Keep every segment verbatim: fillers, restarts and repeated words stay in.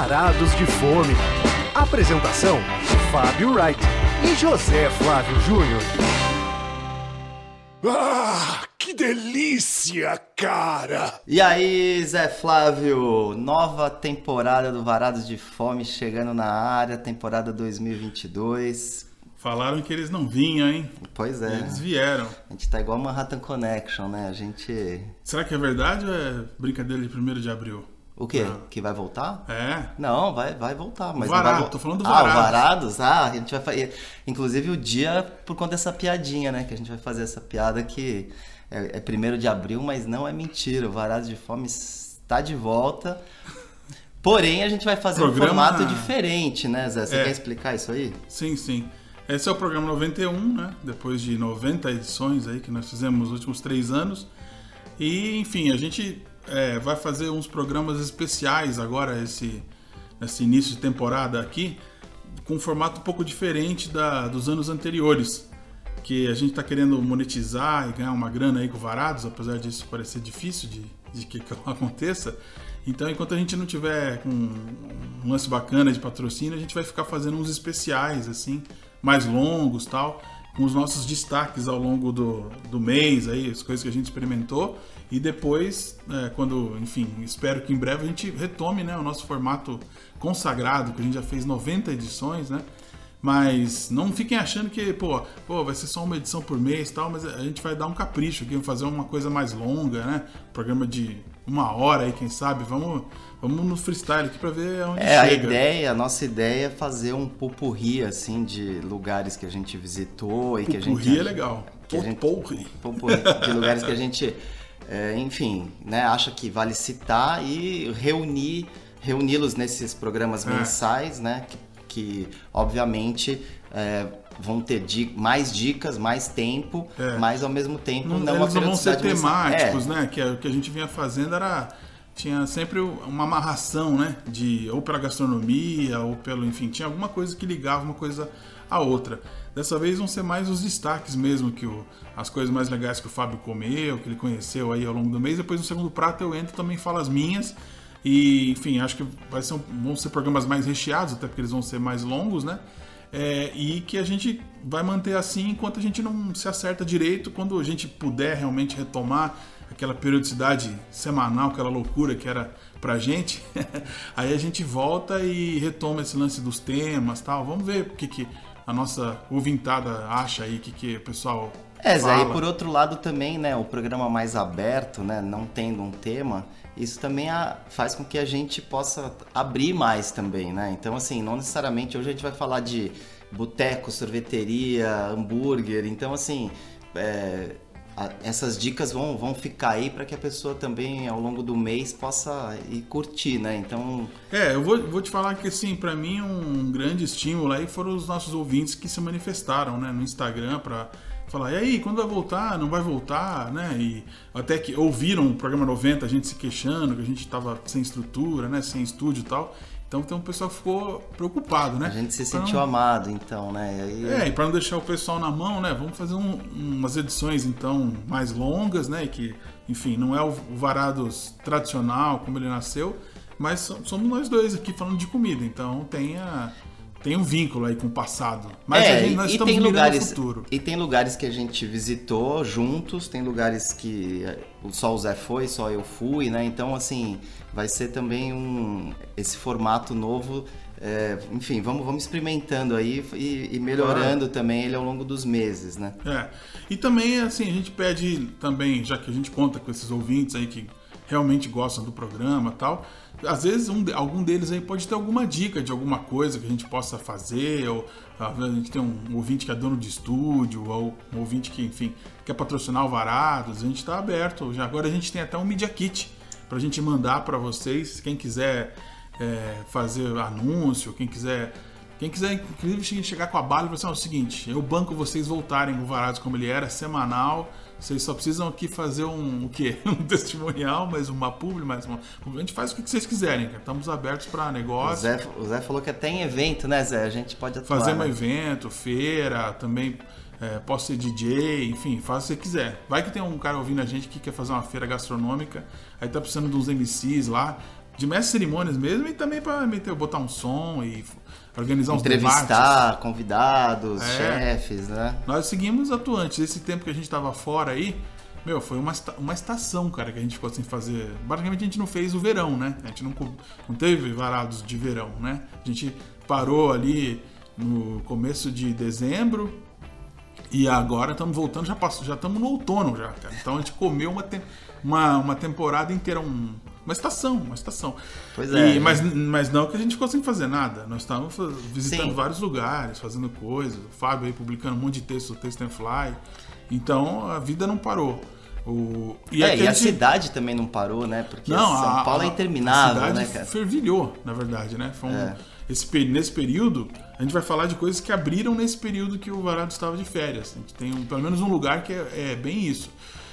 Varados de Fome. Apresentação: Fábio Wright e José Flávio Júnior. Ah, que delícia, cara! E aí, Zé Flávio, nova temporada do Varados de Fome chegando na área, temporada dois mil e vinte e dois. Falaram que eles não vinham, hein? Pois é. Eles vieram. A gente tá igual Manhattan Connection, né? A gente... Será que é verdade ou é brincadeira de primeiro de abril? O quê? Ah. Que vai voltar? É. Não, vai, vai voltar. Mas Varado, não vai... tô falando do Ah, Varados. o Varados? Ah, a gente vai fazer... Inclusive o dia por conta dessa piadinha, né? Que a gente vai fazer essa piada que é, é primeiro de abril, mas não é mentira. O Varados de Fome está de volta. Porém, a gente vai fazer Programa... um formato diferente, né, Zé? Você é. quer explicar isso aí? Sim, sim. Esse é o programa noventa e um, né? Depois de noventa edições aí que nós fizemos nos últimos três anos. E, enfim, a gente é, vai fazer uns programas especiais agora, esse, nesse início de temporada aqui, com um formato um pouco diferente da, dos anos anteriores. Que a gente está querendo monetizar e ganhar uma grana aí com Varados, apesar disso parecer difícil de, de que aquilo aconteça. Então, enquanto a gente não tiver com um lance bacana de patrocínio, a gente vai ficar fazendo uns especiais, assim, mais longos, tal, com os nossos destaques ao longo do, do mês, aí, as coisas que a gente experimentou. E depois, é, quando, enfim, espero que em breve a gente retome, né, o nosso formato consagrado, que a gente já fez noventa edições, né? Mas não fiquem achando que, pô, pô, vai ser só uma edição por mês e tal, mas a gente vai dar um capricho aqui, fazer uma coisa mais longa, né? Programa de uma hora aí, quem sabe? Vamos, vamos no freestyle aqui pra ver onde é, chega. A ideia, a nossa ideia é fazer um pupurri, assim, de lugares que a gente visitou e pupurri que a gente... Pupurri é legal. Que a gente, pupurri. Pupurri, de lugares que a gente, é, enfim, né, acha que vale citar e reunir, reuni-los nesses programas é. mensais, né, que, que obviamente... É, vão ter di- mais dicas, mais tempo, é. mas ao mesmo tempo não, não eles uma não vão ser temáticos, é. né? Que o que a gente vinha fazendo era tinha sempre uma amarração, né? De ou pela gastronomia ou pelo, enfim, tinha alguma coisa que ligava uma coisa à outra. Dessa vez vão ser mais os destaques mesmo, que o, as coisas mais legais que o Fábio comeu, que ele conheceu aí ao longo do mês. Depois no segundo prato eu entro também falo as minhas. E, enfim, acho que vai ser um, vão ser programas mais recheados, até porque eles vão ser mais longos, né? É, e que a gente vai manter assim enquanto a gente não se acerta direito. Quando a gente puder realmente retomar aquela periodicidade semanal, aquela loucura que era pra gente, aí a gente volta e retoma esse lance dos temas e tal. Vamos ver o que, que a nossa ouvintada acha aí, o que, que o pessoal É, Zé, fala. E por outro lado também, né, o programa mais aberto, né, não tendo um tema, isso também a, faz com que a gente possa abrir mais também, né? Então, assim, não necessariamente hoje a gente vai falar de boteco, sorveteria, hambúrguer. Então, assim, é, a, essas dicas vão, vão ficar aí para que a pessoa também, ao longo do mês, possa ir curtir, né? Então... É, eu vou, vou te falar que, assim, para mim um grande estímulo aí foram os nossos ouvintes que se manifestaram, né, no Instagram para... falar, e aí, quando vai voltar? Não vai voltar, né? E até que ouviram o programa noventa, a gente se queixando, que a gente estava sem estrutura, né? Sem estúdio e tal. Então tem um pessoal que ficou preocupado, né? A gente se pra sentiu não... amado, então, né? E aí... É, e para não deixar o pessoal na mão, né? Vamos fazer um, umas edições, então, mais longas, né? E que, enfim, não é o Varados tradicional, como ele nasceu, mas somos nós dois aqui falando de comida. Então tem a... Tem um vínculo aí com o passado. Mas é, a gente, nós e estamos tem mirando lugares, no futuro. E tem lugares que a gente visitou juntos, tem lugares que só o Zé foi, só eu fui, né? Então, assim, vai ser também um esse formato novo. É, enfim, vamos, vamos experimentando aí e, e melhorando claro. também ele ao longo dos meses, né? É. E também, assim, a gente pede também, já que a gente conta com esses ouvintes aí que realmente gostam do programa e tal, às vezes um, algum deles aí pode ter alguma dica de alguma coisa que a gente possa fazer, ou a gente tem um ouvinte que é dono de estúdio, ou um ouvinte que, enfim, quer patrocinar o Varados, a gente está aberto. Já agora a gente tem até um Media Kit para a gente mandar para vocês, quem quiser é, fazer anúncio, quem quiser... Quem quiser, inclusive, chegar com a bala e falar assim, é o seguinte, eu banco vocês voltarem o Varados como ele era, semanal, vocês só precisam aqui fazer um, o quê? Um testemunhal, mais uma publi, mais uma... A gente faz o que vocês quiserem, cara. Estamos abertos para negócio. O Zé, o Zé falou que até em evento, né, Zé? A gente pode atuar, fazer um né? evento, feira, também é, posso ser D J, enfim, faz o que você quiser. Vai que tem um cara ouvindo a gente que quer fazer uma feira gastronômica, aí tá precisando de uns M Cs lá, de mestre de cerimônias mesmo e também para meter, botar um som e organizar uns entrevistar debates. Convidados, É. chefes, né? Nós seguimos atuantes. Esse tempo que a gente tava fora aí, meu, foi uma, esta- uma estação, cara, que a gente ficou sem fazer. Basicamente a gente não fez o verão, né? A gente não, co- não teve varados de verão, né? A gente parou ali no começo de dezembro e agora estamos voltando, já passou, já estamos no outono já, cara. Então a gente comeu uma, tem- uma, uma temporada inteira, um- uma estação, uma estação. Pois é, E- né? mas, mas não que a gente ficou sem fazer nada. Nós estávamos fa- visitando Sim. vários lugares, fazendo coisas. O Fábio aí publicando um monte de texto, texto and fly. Então a vida não parou. O... E, é, aqui e a cidade também não parou, né? Porque São a- Paulo é a- interminável, a cidade né, cara? fervilhou, na verdade, né? Foi um- É. esse, pe- nesse período, a gente vai falar de coisas que abriram nesse período que o Varado estava de férias. A gente tem um- pelo menos um lugar que é, é bem isso.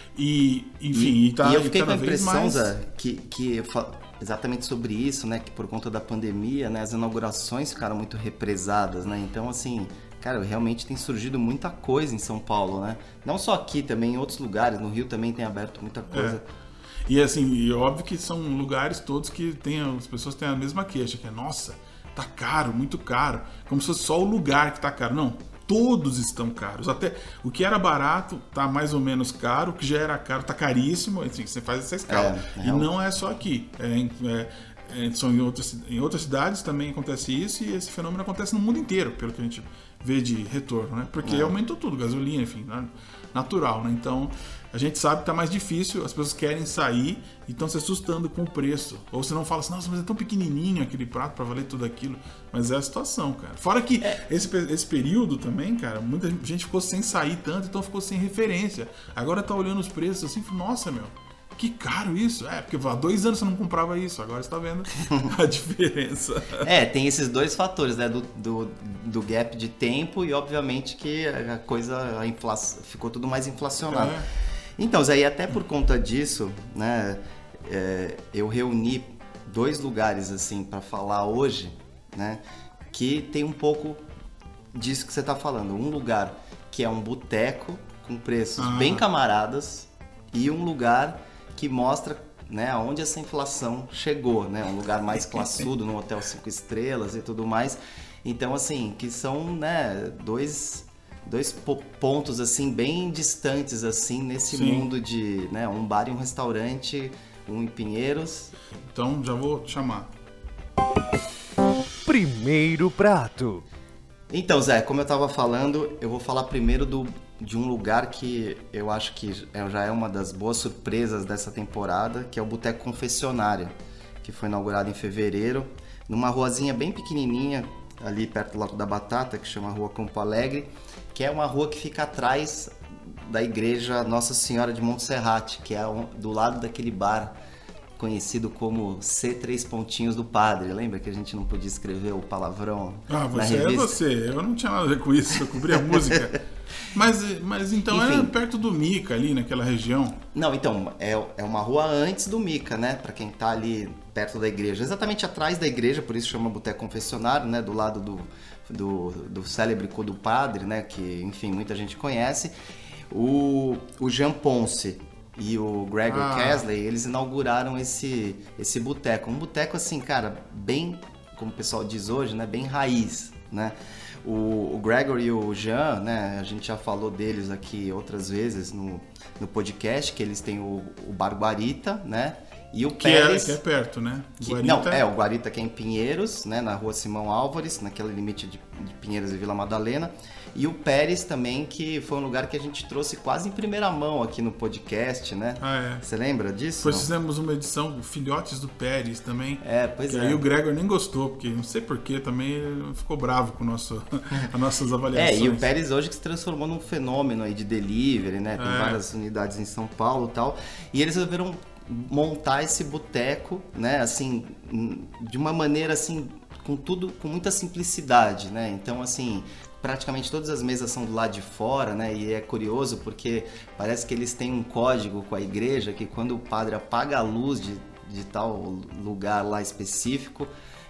E, enfim, E, e, tá e eu fiquei com cada a vez impressão, mais... Zé, que, que fa- exatamente sobre isso, né? Que por conta da pandemia, né? As inaugurações ficaram muito represadas, né? Então, assim, cara, realmente tem surgido muita coisa em São Paulo, né? Não só aqui, também em outros lugares. No Rio também tem aberto muita coisa. E assim, e óbvio que são lugares todos que tem, as pessoas têm a mesma queixa, que é, nossa, tá caro, muito caro. Como se fosse só o lugar que tá caro. Não, todos estão caros. Até o que era barato tá mais ou menos caro, o que já era caro tá caríssimo. Assim, você faz essa escala. É, e real. não é só aqui. É, em- é, é, são em outras, em outras cidades também acontece isso, e esse fenômeno acontece no mundo inteiro, pelo que a gente vê de retorno, né? Porque É. aumentou tudo, gasolina, enfim, né? Natural, né? Então, a gente sabe que tá mais difícil, as pessoas querem sair e estão se assustando com o preço. Ou você não fala assim, nossa, mas é tão pequenininho aquele prato pra valer tudo aquilo. Mas é a situação, cara. Fora que esse, pe- esse período também, cara, muita gente ficou sem sair tanto, então ficou sem referência. Agora tá olhando os preços assim, nossa, meu, que caro isso. É, porque há dois anos você não comprava isso, agora você tá vendo a diferença. É, tem esses dois fatores, né? Do, do, do gap de tempo e, obviamente, que a coisa a infla... ficou tudo mais inflacionado. É. Então, Zé, e até por conta disso, né? é, eu reuni dois lugares, assim, para falar hoje, né? Que tem um pouco disso que você tá falando. Um lugar que é um boteco com preços Ah. bem camaradas e um lugar que mostra, né, aonde essa inflação chegou, né? Um lugar mais classudo, num hotel cinco estrelas e tudo mais. Então, assim, que são, né, dois, dois po- pontos, assim, bem distantes, assim, nesse Sim. mundo de, né, um bar e um restaurante, um em Pinheiros. Então, já vou chamar. Primeiro prato. Então, Zé, como eu tava falando, eu vou falar primeiro do, de um lugar que eu acho que é- já é uma das boas surpresas dessa temporada, que é o Boteco Confessionário, que foi inaugurado em fevereiro, numa ruazinha bem pequenininha, ali perto do Lago da Batata, que chama Rua Campo Alegre, que é uma rua que fica atrás da igreja Nossa Senhora de Montserrat, que é um- do lado daquele bar conhecido como C Três Pontinhos do Padre. Lembra que a gente não podia escrever o palavrão Ah, na você é revista? você. Eu não tinha nada a ver com isso, eu cobria música. Mas, mas então Enfim. é perto do Mica, ali naquela região. Não, então, é, é uma rua antes do Mica, né? Pra quem tá ali perto da igreja. Exatamente atrás da igreja, por isso chama Boteco Confessionário, né? Do lado do, do, do célebre Cu do Padre, né? Que, enfim, muita gente conhece. O, o Jean Ponce e o Gregor Ah. Kesley, eles inauguraram esse, esse boteco. Um boteco, assim, cara, bem, como o pessoal diz hoje, né? Bem raiz, né? O, o Gregor e o Jean, né? A gente já falou deles aqui outras vezes no, no podcast, que eles têm o, o Bar Guarita, né? E o Que é, Pérez... que é perto, né? que- Guarita. Não, é, o Guarita que é em Pinheiros, né? Na rua Simão Álvares, naquele limite de, de Pinheiros e Vila Madalena. E o Pérez também, que foi um lugar que a gente trouxe quase em primeira mão aqui no podcast, né? Ah, é. Você lembra disso? Depois Não? fizemos uma edição, Filhotes do Pérez também. É, pois que é. aí o Gregor nem gostou, porque não sei porquê, também ele ficou bravo com o nosso, as nossas avaliações. É, e o Pérez hoje que se transformou num fenômeno aí de delivery, né? Tem É. várias unidades em São Paulo e tal. E eles resolveram montar esse boteco, né? Assim, de uma maneira assim, com tudo, com muita simplicidade, né? Então, assim, praticamente todas as mesas são do lado de fora, né? E é curioso porque parece que eles têm um código com a igreja que quando o padre apaga a luz de, de tal lugar lá específico,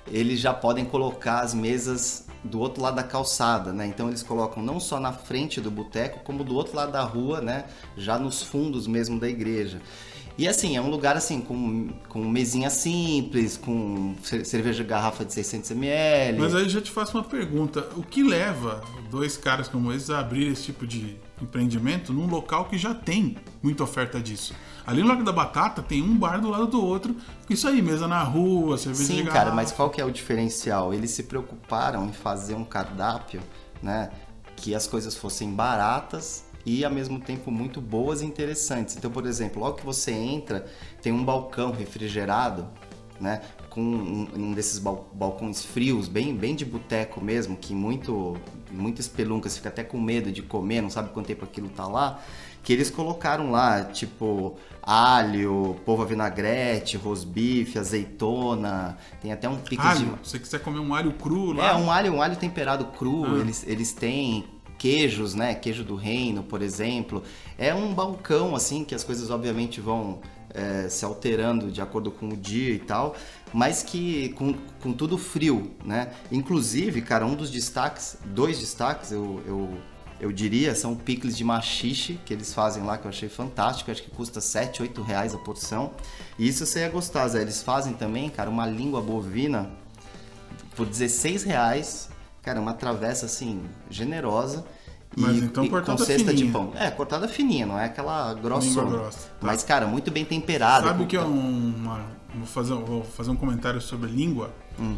eles já podem colocar as mesas do outro lado da calçada, né? Então eles colocam não só na frente do boteco, como do outro lado da rua, né? Já nos fundos mesmo da igreja. E assim, é um lugar assim, com, com mesinha simples, com cerveja de garrafa de seiscentos mililitros. Mas aí já te faço uma pergunta. O que leva dois caras como esses a abrir esse tipo de empreendimento num local que já tem muita oferta disso? Ali no Largo da Batata tem um bar do lado do outro. Isso aí, mesa na rua, cerveja Sim, de garrafa. Sim, cara, mas qual que é o diferencial? Eles se preocuparam em fazer um cardápio, né? Que as coisas fossem baratas e ao mesmo tempo muito boas e interessantes. Então, por exemplo, logo que você entra, tem um balcão refrigerado, né, com um, um desses bal- balcões frios, bem, bem de boteco mesmo, que muito, muito espelunca, você fica até com medo de comer, não sabe quanto tempo aquilo tá lá, que eles colocaram lá, tipo, alho, polvo a vinagrete, rosbife, azeitona, tem até um pique alho, de... se você quiser comer um alho cru lá... É, um alho, um alho temperado cru, ah. eles, eles têm... queijos, né? Queijo do reino, por exemplo. É um balcão, assim, que as coisas obviamente vão é, se alterando de acordo com o dia e tal, mas que com, com tudo frio, né? Inclusive, cara, um dos destaques, dois destaques, eu, eu, eu diria, são picles de machixe que eles fazem lá, que eu achei fantástico. Acho que custa sete, oito reais a porção. E isso você ia gostar, Zé. Eles fazem também, cara, uma língua bovina por dezesseis reais. Cara, uma travessa, assim, generosa. Mas e, então e cortada com cesta fininha. de pão. É, cortada fininha, não é aquela grossona. grossa, tá. Mas, cara, muito bem temperada. Sabe com... que é uma... Vou fazer, vou fazer um comentário sobre língua, hum.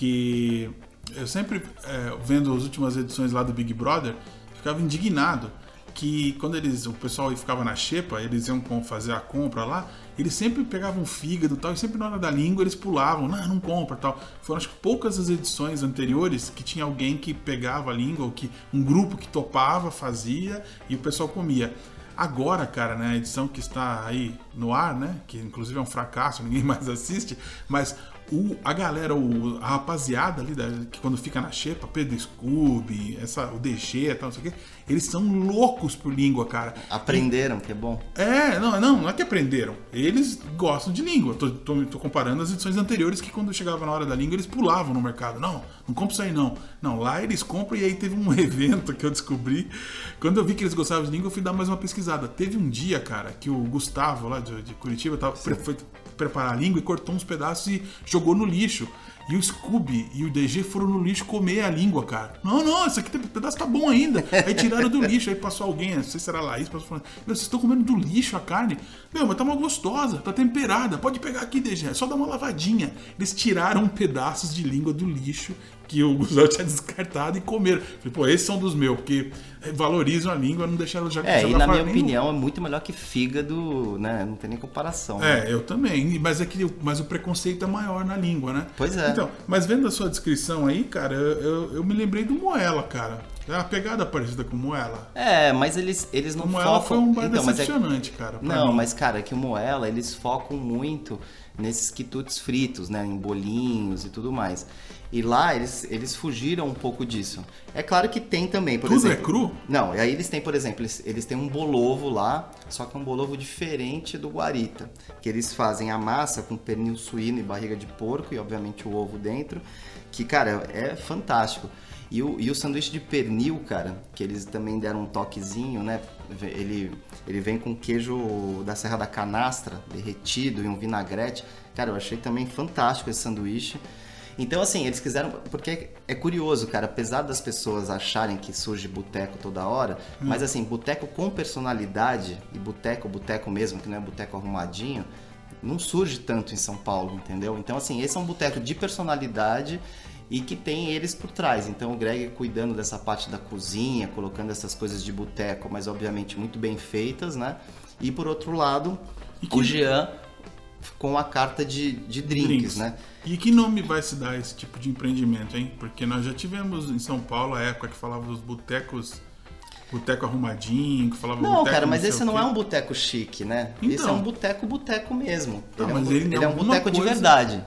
que eu sempre, é, vendo as últimas edições lá do Big Brother, ficava indignado que quando eles, o pessoal ficava na xepa, eles iam fazer a compra lá, eles sempre pegavam fígado e tal, e sempre na hora da língua eles pulavam, não, não compra e tal. Foram acho que poucas as edições anteriores que tinha alguém que pegava a língua, ou que um grupo que topava, fazia, e o pessoal comia. Agora, cara, né, a edição que está aí no ar, né, que inclusive é um fracasso, ninguém mais assiste, mas o, a galera, o, a rapaziada ali, da, que quando fica na xepa, Pedro Scooby, essa, o D G e tal, não sei o quê, eles são loucos por língua, cara. Aprenderam, e, que é bom. É, não, não, não é que aprenderam. Eles gostam de língua. Tô, tô, tô comparando as edições anteriores que quando chegava na hora da língua, eles pulavam no mercado. Não, não compra isso aí não. Não, lá eles compram e aí teve um evento que eu descobri. Quando eu vi que eles gostavam de língua, eu fui dar mais uma pesquisada. Teve um dia, cara, que o Gustavo lá de, de Curitiba tava, foi preparar a língua e cortou uns pedaços e jogou no lixo. E o Scooby e o D G foram no lixo comer a língua, cara. Não, não, esse aqui tem pedaço tá bom ainda. Aí tiraram do lixo, aí passou alguém, não sei se era a Laís, passou falando, meu, vocês estão comendo do lixo a carne? Meu, mas tá uma gostosa, tá temperada, pode pegar aqui, D G, é só dar uma lavadinha. Eles tiraram pedaços de língua do lixo que o Gustavo tinha descartado e comeram. Falei, pô, esses são dos meus, porque valorizam a língua, não deixaram já É, jogar e na minha nenhum. opinião é muito melhor que fígado, né? Não tem nem comparação. É, né? eu também, mas, é que, mas o preconceito é maior na língua, né? Pois é. Então, mas vendo a sua descrição aí, cara, eu, eu, eu me lembrei do Moela, cara. É uma pegada parecida com Moela. É, mas eles, eles não o focam... Moela foi um bar então, mas decepcionante, é... cara. pra Não, mim. mas cara, é que o Moela, eles focam muito nesses quitutes fritos, né? Em bolinhos e tudo mais. E lá eles, eles fugiram um pouco disso. É claro que tem também, por Tudo exemplo... é cru? Não, e aí eles têm, por exemplo, eles, eles têm um bolovo lá, só que é um bolovo diferente do guarita. Que eles fazem a massa com pernil suíno e barriga de porco e, obviamente, o ovo dentro. Que, cara, é fantástico. E o, e o sanduíche de pernil, cara, que eles também deram um toquezinho, né? Ele, ele vem com queijo da Serra da Canastra, derretido, e um vinagrete. Cara, eu achei também fantástico esse sanduíche. Então, assim, eles quiseram... Porque é curioso, cara, apesar das pessoas acharem que surge boteco toda hora, hum. mas, assim, boteco com personalidade, e boteco, boteco mesmo, que não é boteco arrumadinho, não surge tanto em São Paulo, entendeu? Então, assim, esse é um boteco de personalidade e que tem eles por trás. Então, o Greg cuidando dessa parte da cozinha, colocando essas coisas de boteco, mas, obviamente, muito bem feitas, né? E, por outro lado, que... o Jean... com a carta de, de drinks, drinks, né? E que nome vai se dar esse tipo de empreendimento, hein? Porque nós já tivemos em São Paulo a época que falava dos botecos, boteco arrumadinho, que falava Não, boteco, cara, mas não esse não é um boteco chique, né? Então. Esse é um boteco, boteco mesmo. Não, ele mas é um, ele, ele é um boteco coisa... de verdade.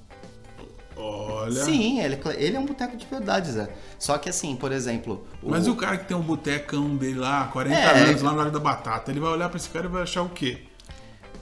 Olha... Sim, ele, ele é um boteco de verdade, Zé. Só que assim, por exemplo... O... Mas o cara que tem um botecão dele lá, quarenta é... anos, lá no Largo da Batata, ele vai olhar pra esse cara e vai achar o quê?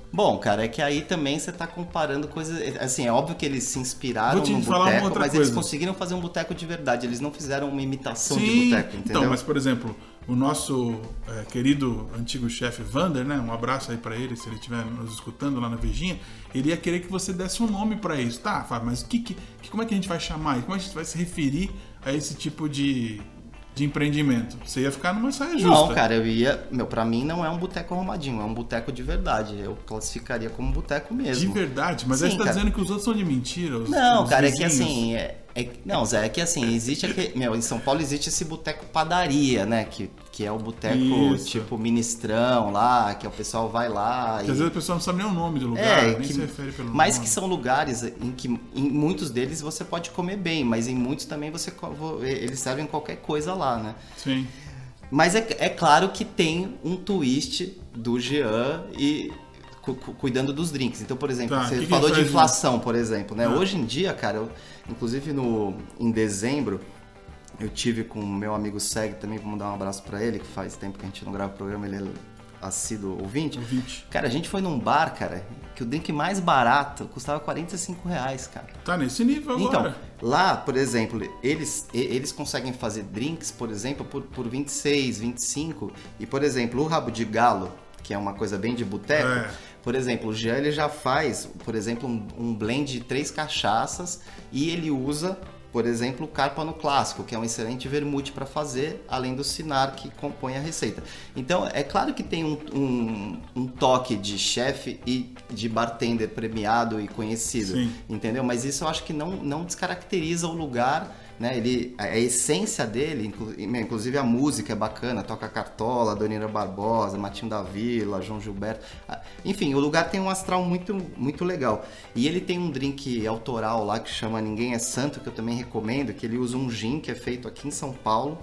Bom, cara, é que aí também você tá comparando coisas... Assim, é óbvio que eles se inspiraram Vou te no falar uma boteco, outra mas coisa. eles conseguiram fazer um boteco de verdade. Eles não fizeram uma imitação Sim, de boteco, entendeu? então, mas por exemplo, o nosso é, querido antigo chefe Vander, né? Um abraço aí pra ele, se ele estiver nos escutando lá na Vejinha, ele ia querer que você desse um nome pra isso. Tá, Fábio, mas que, que, que, como é que a gente vai chamar? Como a gente vai se referir a esse tipo de... de empreendimento? Você ia ficar numa saia justa. Não, cara, eu ia... Meu, pra mim não é um boteco arrumadinho, é um boteco de verdade. Eu classificaria como boteco mesmo. De verdade? Mas Sim, aí você tá cara. dizendo que os outros são de mentira? Os, Não, os cara, é que vizinhos? assim... É, é- não, Zé, é que assim, existe aquele... Meu, em São Paulo existe esse boteco padaria, né? Que, que é o boteco Isso. tipo ministrão lá, que o pessoal vai lá Porque e... às vezes a pessoa não sabe nem o nome do lugar, É, nem que- se refere pelo mas nome. que são lugares em que em muitos deles você pode comer bem, mas em muitos também você co- eles servem qualquer coisa lá, né? Sim. Mas é, é claro que tem um twist do Jean e cu- cu- cuidando dos drinks. Então, por exemplo, Tá, você que que falou ele de faz inflação, por exemplo, né? Ah. Hoje em dia, cara, eu, inclusive no em dezembro eu tive com o meu amigo Seg também, vou mandar um abraço pra ele, que faz tempo que a gente não grava o programa, ele é assíduo ouvinte. Ouvinte. Cara, a gente foi num bar, cara, que o drink mais barato custava quarenta e cinco reais, cara. Tá nesse nível Então, agora. lá, por exemplo, eles, e- eles conseguem fazer drinks, por exemplo, por, por vinte e seis, vinte e cinco. E, por exemplo, o rabo de galo, que é uma coisa bem de boteco, É. por exemplo, o Jean ele já faz, por exemplo, um, um blend de três cachaças e ele usa, por exemplo, o Carpano Clássico, que é um excelente vermute para fazer, além do Cinar que compõe a receita. Então, é claro que tem um, um, um toque de chefe e de bartender premiado e conhecido, Sim. entendeu? Mas isso eu acho que não, não descaracteriza o lugar, né? Ele, a, a essência dele, inclu- inclusive a música é bacana, toca Cartola, Donira Barbosa, Matinho da Vila, João Gilberto. Ah, Enfim, o lugar tem um astral muito, muito legal. E ele tem um drink autoral lá que chama Ninguém é Santo, que eu também recomendo, que ele usa um gin que é feito aqui em São Paulo,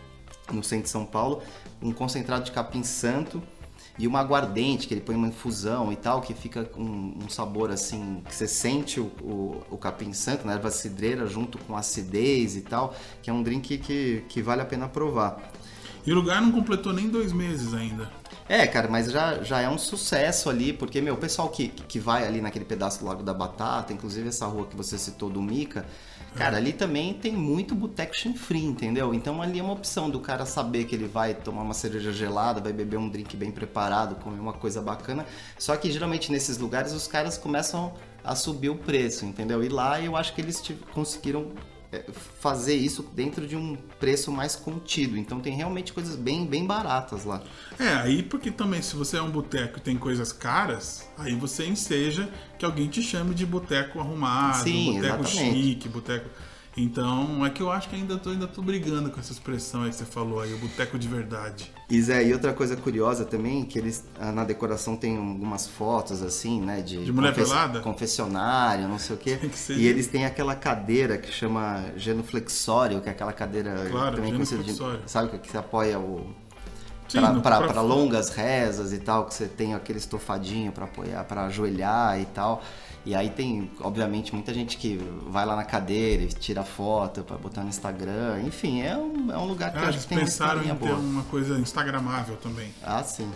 no centro de São Paulo, um concentrado de capim santo e uma aguardente, que ele põe uma infusão e tal, que fica com um sabor assim, que você sente o, o, o capim santo, né, erva cidreira junto com acidez e tal, que é um drink que, que vale a pena provar. E o lugar não completou nem dois meses ainda. É, cara, mas já, já é um sucesso ali, porque, meu, o pessoal que, que vai ali naquele pedaço do Lago da Batata, inclusive essa rua que você citou do Mica, cara, ali também tem muito boteco chinfrim, entendeu? Então ali é uma opção do cara saber que ele vai tomar uma cerveja gelada, vai beber um drink bem preparado, comer uma coisa bacana, só que geralmente nesses lugares os caras começam a subir o preço, entendeu? E lá eu acho que eles tive- conseguiram é, fazer isso dentro de um preço mais contido, então tem realmente coisas bem, bem baratas lá. É, aí porque também se você é um boteco e tem coisas caras, aí você enseja que alguém te chame de boteco arrumado, Sim, boteco exatamente. chique, boteco... Então, é que eu acho que ainda tô, ainda tô brigando com essa expressão aí que você falou aí, o boteco de verdade. E Zé, e outra coisa curiosa também, que eles ah, na decoração tem algumas fotos assim, né, de, De mulher pelada? confessionário, não sei o quê. Tem que ser. E eles têm aquela cadeira que chama genuflexório, que é aquela cadeira Claro, também conhecida de, genuflexório. sabe, que você apoia o Sim, no- para pra- longas rezas e tal, que você tem aquele estofadinho para apoiar, para ajoelhar e tal. E aí tem, obviamente, muita gente que vai lá na cadeira e tira foto para botar no Instagram. Enfim, é um, é um lugar que eu Ah, acho eles que tem uma pensaram historinha em ter boa. uma coisa instagramável também. Ah, sim.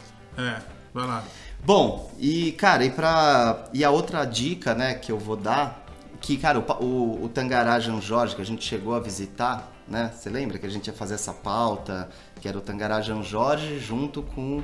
É, vai lá. Bom, e cara, e pra. E a outra dica, né, que eu vou dar, que, cara, o, pa- o, o Tangará Jean Jorge, que a gente chegou a visitar, né? Você lembra que a gente ia fazer essa pauta, que era o Tangará Jean Jorge junto com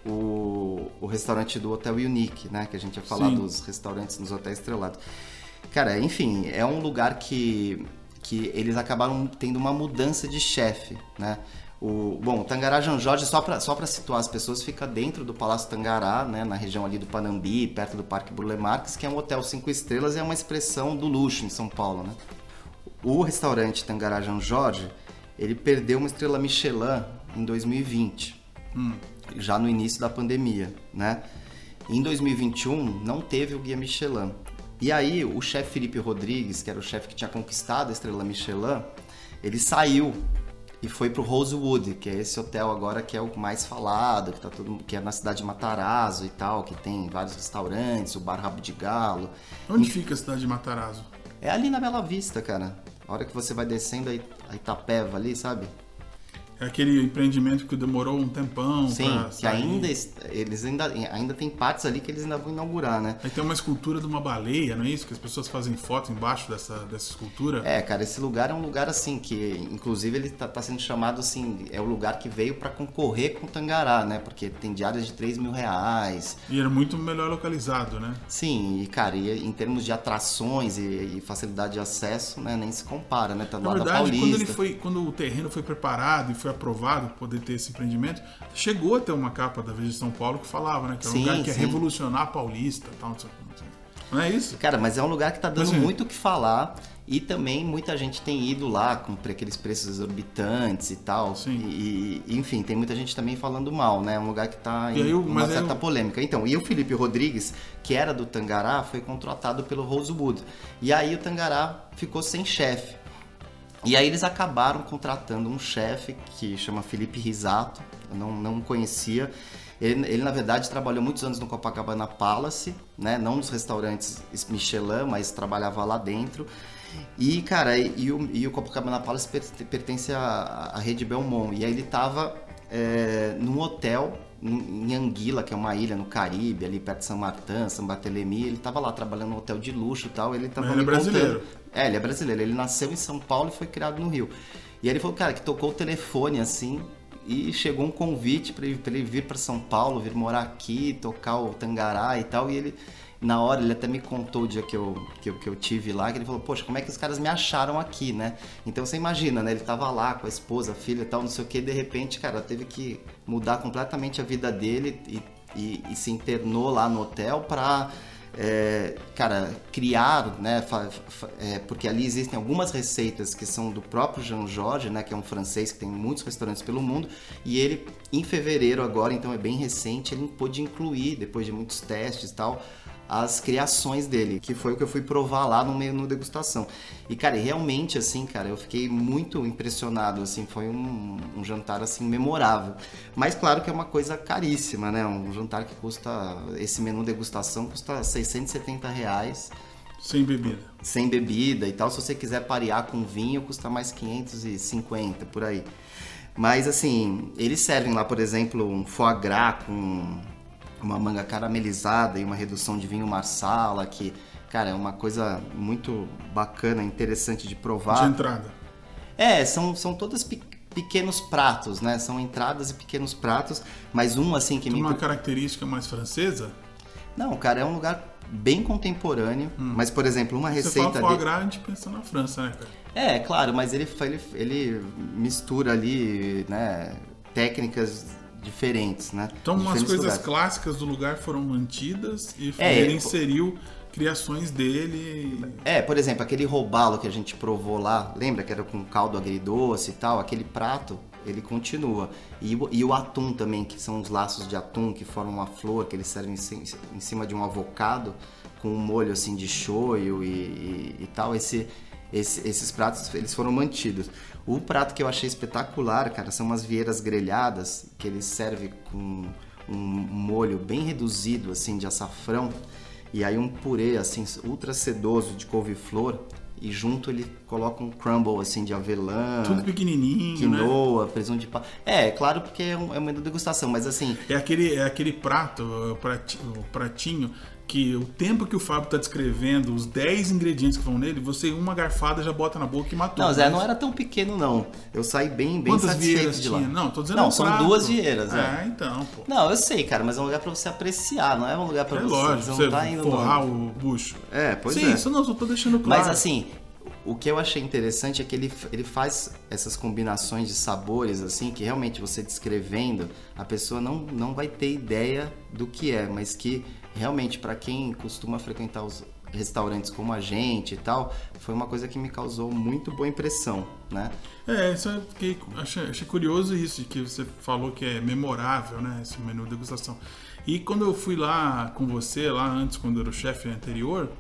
o, o restaurante do Hotel Unique, né? Que a gente ia falar Sim. dos restaurantes nos hotéis estrelados. Cara, enfim, é um lugar que, que eles acabaram tendo uma mudança de chefe, né? O, bom, o Tangará Jean Jorge, só para só pra situar as pessoas, fica dentro do Palácio Tangará, né, na região ali do Panambi, perto do Parque Burle Marx, que é um hotel cinco estrelas e é uma expressão do luxo em São Paulo, né? O restaurante Tangará Jean Jorge, ele perdeu uma estrela Michelin em dois mil e vinte, já no início da pandemia, né? Em dois mil e vinte e um não teve o guia Michelin. E aí o chefe Felipe Rodrigues, que era o chefe que tinha conquistado a estrela Michelin, ele saiu e foi pro Rosewood, que é esse hotel agora que é o mais falado, que, tá todo, que é na cidade de Matarazzo e tal, que tem vários restaurantes, o Bar Rabo de Galo. Onde fica a cidade de Matarazzo? É ali na Bela Vista, cara. A hora que você vai descendo a It- a Itapeva ali, sabe? É aquele empreendimento que demorou um tempão. Sim, pra que sair. ainda, eles ainda, ainda tem partes ali que eles ainda vão inaugurar, né? Aí tem uma escultura de uma baleia, não é isso? Que as pessoas fazem foto embaixo dessa, dessa escultura. É, cara, esse lugar é um lugar assim, que inclusive ele tá, tá sendo chamado assim, é o lugar que veio para concorrer com o Tangará, né? Porque tem diárias de três mil reais. E era muito melhor localizado, né? Sim, e cara, e em termos de atrações e, e facilidade de acesso, né, nem se compara, né? Tá do Na lado da verdade, Paulista. quando ele foi, quando o terreno foi preparado e foi aprovado para poder ter esse empreendimento, chegou a ter uma capa da Veja de São Paulo que falava, né? Que era um Sim, lugar que ia sim. revolucionar a Paulista, tal, não sei o que, não sei. Não é isso? Cara, mas é um lugar que tá dando Mas, é. muito o que falar e também muita gente tem ido lá com aqueles preços exorbitantes e tal. Sim. E, e, enfim, tem muita gente também falando mal, né? É um lugar que tá E em aí o- uma mas aí certa o- polêmica. Então, e o Felipe Rodrigues, que era do Tangará, foi contratado pelo Rosewood. E aí o Tangará ficou sem chefe. E aí eles acabaram contratando um chefe que chama Felipe Risato, eu não, não conhecia. Ele, ele, na verdade, trabalhou muitos anos no Copacabana Palace, né? Não nos restaurantes Michelin, mas trabalhava lá dentro. E, cara, e, e, o, e o Copacabana Palace per, pertence à, à rede Belmont. E aí ele tava é, num hotel em Anguila, que é uma ilha no Caribe, ali perto de São Martin, São Bartolomé. Ele tava lá trabalhando num hotel de luxo e tal. Ele tava Mas ele me é brasileiro. contando- É, ele é brasileiro. Ele nasceu em São Paulo e foi criado no Rio. E aí ele falou, cara, que tocou o telefone assim e chegou um convite para ele, pra ele vir para São Paulo, vir morar aqui, tocar o Tangará e tal. E ele, na hora, ele até me contou o dia que eu, que eu, que eu tive lá, que ele falou, poxa, como é que os caras me acharam aqui, né? Então você imagina, né? Ele tava lá com a esposa, a filha e tal, não sei o que, e de repente, cara, teve que mudar completamente a vida dele e, e, e se internou lá no hotel para É, cara, criar, né, fa, fa, é, porque ali existem algumas receitas que são do próprio Jean Georges, né, que é um francês que tem muitos restaurantes pelo mundo, e ele, em fevereiro agora, então é bem recente, ele pôde incluir, depois de muitos testes e tal, as criações dele, que foi o que eu fui provar lá no menu degustação. E, cara, realmente, assim, cara, eu fiquei muito impressionado, assim, foi um, um jantar, assim, memorável. Mas, claro que é uma coisa caríssima, né? Um jantar que custa, esse menu degustação custa seiscentos e setenta reais. Sem bebida. Sem bebida e tal. Se você quiser parear com vinho, custa mais quinhentos e cinquenta, por aí. Mas, assim, eles servem lá, por exemplo, um foie gras com uma manga caramelizada e uma redução de vinho marsala, que, cara, é uma coisa muito bacana, interessante de provar. De entrada. É, são, são todos pe- pequenos pratos, né? São entradas e pequenos pratos, mas um, assim, que Tem me... uma característica mais francesa? Não, cara, é um lugar bem contemporâneo, hum. mas, por exemplo, uma Você receita... fala foie de... gras, a gente pensa na França, né, cara? É, claro, mas ele, ele, ele mistura ali, né, técnicas diferentes, né? Então, umas Diferentes coisas lugares. clássicas do lugar foram mantidas e É, ele ele- inseriu criações dele. É, por exemplo, aquele robalo que a gente provou lá, lembra que era com caldo agridoce e tal? Aquele prato, ele continua. E, o- e o atum também, que são os laços de atum que formam uma flor, que eles servem em, ci- em cima de um avocado, com um molho assim de shoyu e, e, e tal. Esse, esse- esses pratos, eles foram mantidos. O prato que eu achei espetacular, cara, são umas vieiras grelhadas, que eles servem com um molho bem reduzido, assim, de açafrão. E aí um purê, assim, ultra sedoso de couve-flor. E junto ele coloca um crumble, assim, de avelã, Tudo pequenininho, né? quinoa, presunto de pá. É, claro, porque é, um, é uma degustação, mas assim... É aquele, é aquele prato, o prati- o pratinho, que o tempo que o Fábio tá descrevendo, os dez ingredientes que vão nele, você uma garfada já bota na boca e matou. Não, Zé, Mas não era tão pequeno, não. Eu saí bem, bem Quantas satisfeito vieiras de lá. tinha? Não, tô dizendo Não, um são prato. duas vieiras, é. É, então, pô. Não, eu sei, cara, mas é um lugar pra você apreciar, não é um lugar pra É você... lógico, você você não tá indo no- forrar o bucho. É, pois Sim, é. isso não, só tô deixando claro. Mas assim, o que eu achei interessante é que ele, ele faz essas combinações de sabores, assim, que realmente você descrevendo, a pessoa não, não vai ter ideia do que é, mas que realmente para quem costuma frequentar os restaurantes como a gente e tal, foi uma coisa que me causou muito boa impressão, né? É, isso eu fiquei, achei, achei curioso isso, que você falou que é memorável, né, esse menu de degustação. E quando eu fui lá com você, lá antes, quando eu era o chefe anterior,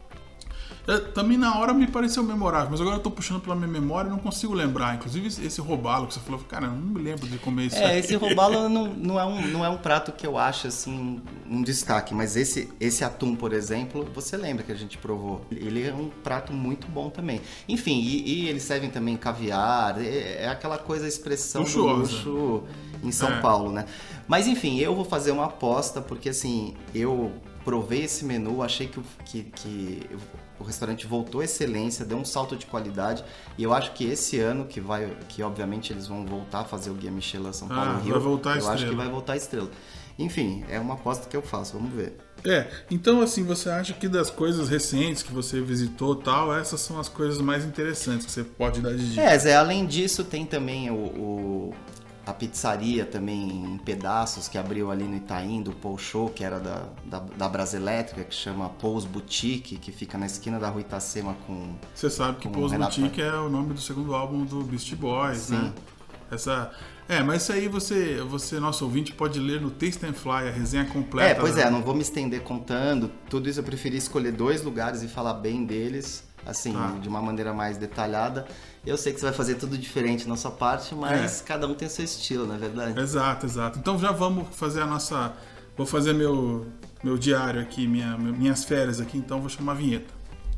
eu, também na hora me pareceu memorável, mas agora eu tô puxando pela minha memória e não consigo lembrar. Inclusive esse robalo que você falou, cara, eu não me lembro de comer isso É, aqui. esse robalo não, não, é um, não é um prato que eu acho, assim, um destaque, mas esse, esse atum, por exemplo, você lembra que a gente provou. Ele é um prato muito bom também. Enfim, e, e eles servem também caviar, é, é aquela coisa, expressão Luxuosa. do luxo em São É. Paulo, né? Mas enfim, eu vou fazer uma aposta, porque assim, eu provei esse menu, achei que, o- que, que o restaurante voltou à excelência, deu um salto de qualidade, e eu acho que esse ano, que vai, que obviamente eles vão voltar a fazer o Guia Michelin São Paulo Ah, Rio, vai voltar a eu acho estrela. que vai voltar a estrela. Enfim, é uma aposta que eu faço, vamos ver. É, então assim, você acha que das coisas recentes que você visitou e tal, essas são as coisas mais interessantes que você pode dar de dica? É, Zé, além disso tem também o, o- a pizzaria também em pedaços que abriu ali no Itaim, do Paul Show, que era da, da, da Braselétrica, que chama Paul's Boutique, que fica na esquina da Rua Itacema com... Você sabe que Com Paul's Renato Boutique é o nome do segundo álbum do Beastie Boys, Sim. né? Essa... É, mas isso aí você, você, nosso ouvinte, pode ler no Taste and Fly, a resenha completa. É, pois da- é, não vou me estender contando, tudo isso eu preferi escolher dois lugares e falar bem deles, assim, Tá. de uma maneira mais detalhada. Eu sei que você vai fazer tudo diferente na sua parte, mas É. cada um tem seu estilo, não é verdade? Exato, exato. Então já vamos fazer a nossa... Vou fazer meu, meu diário aqui, minha, minhas férias aqui, então vou chamar a vinheta.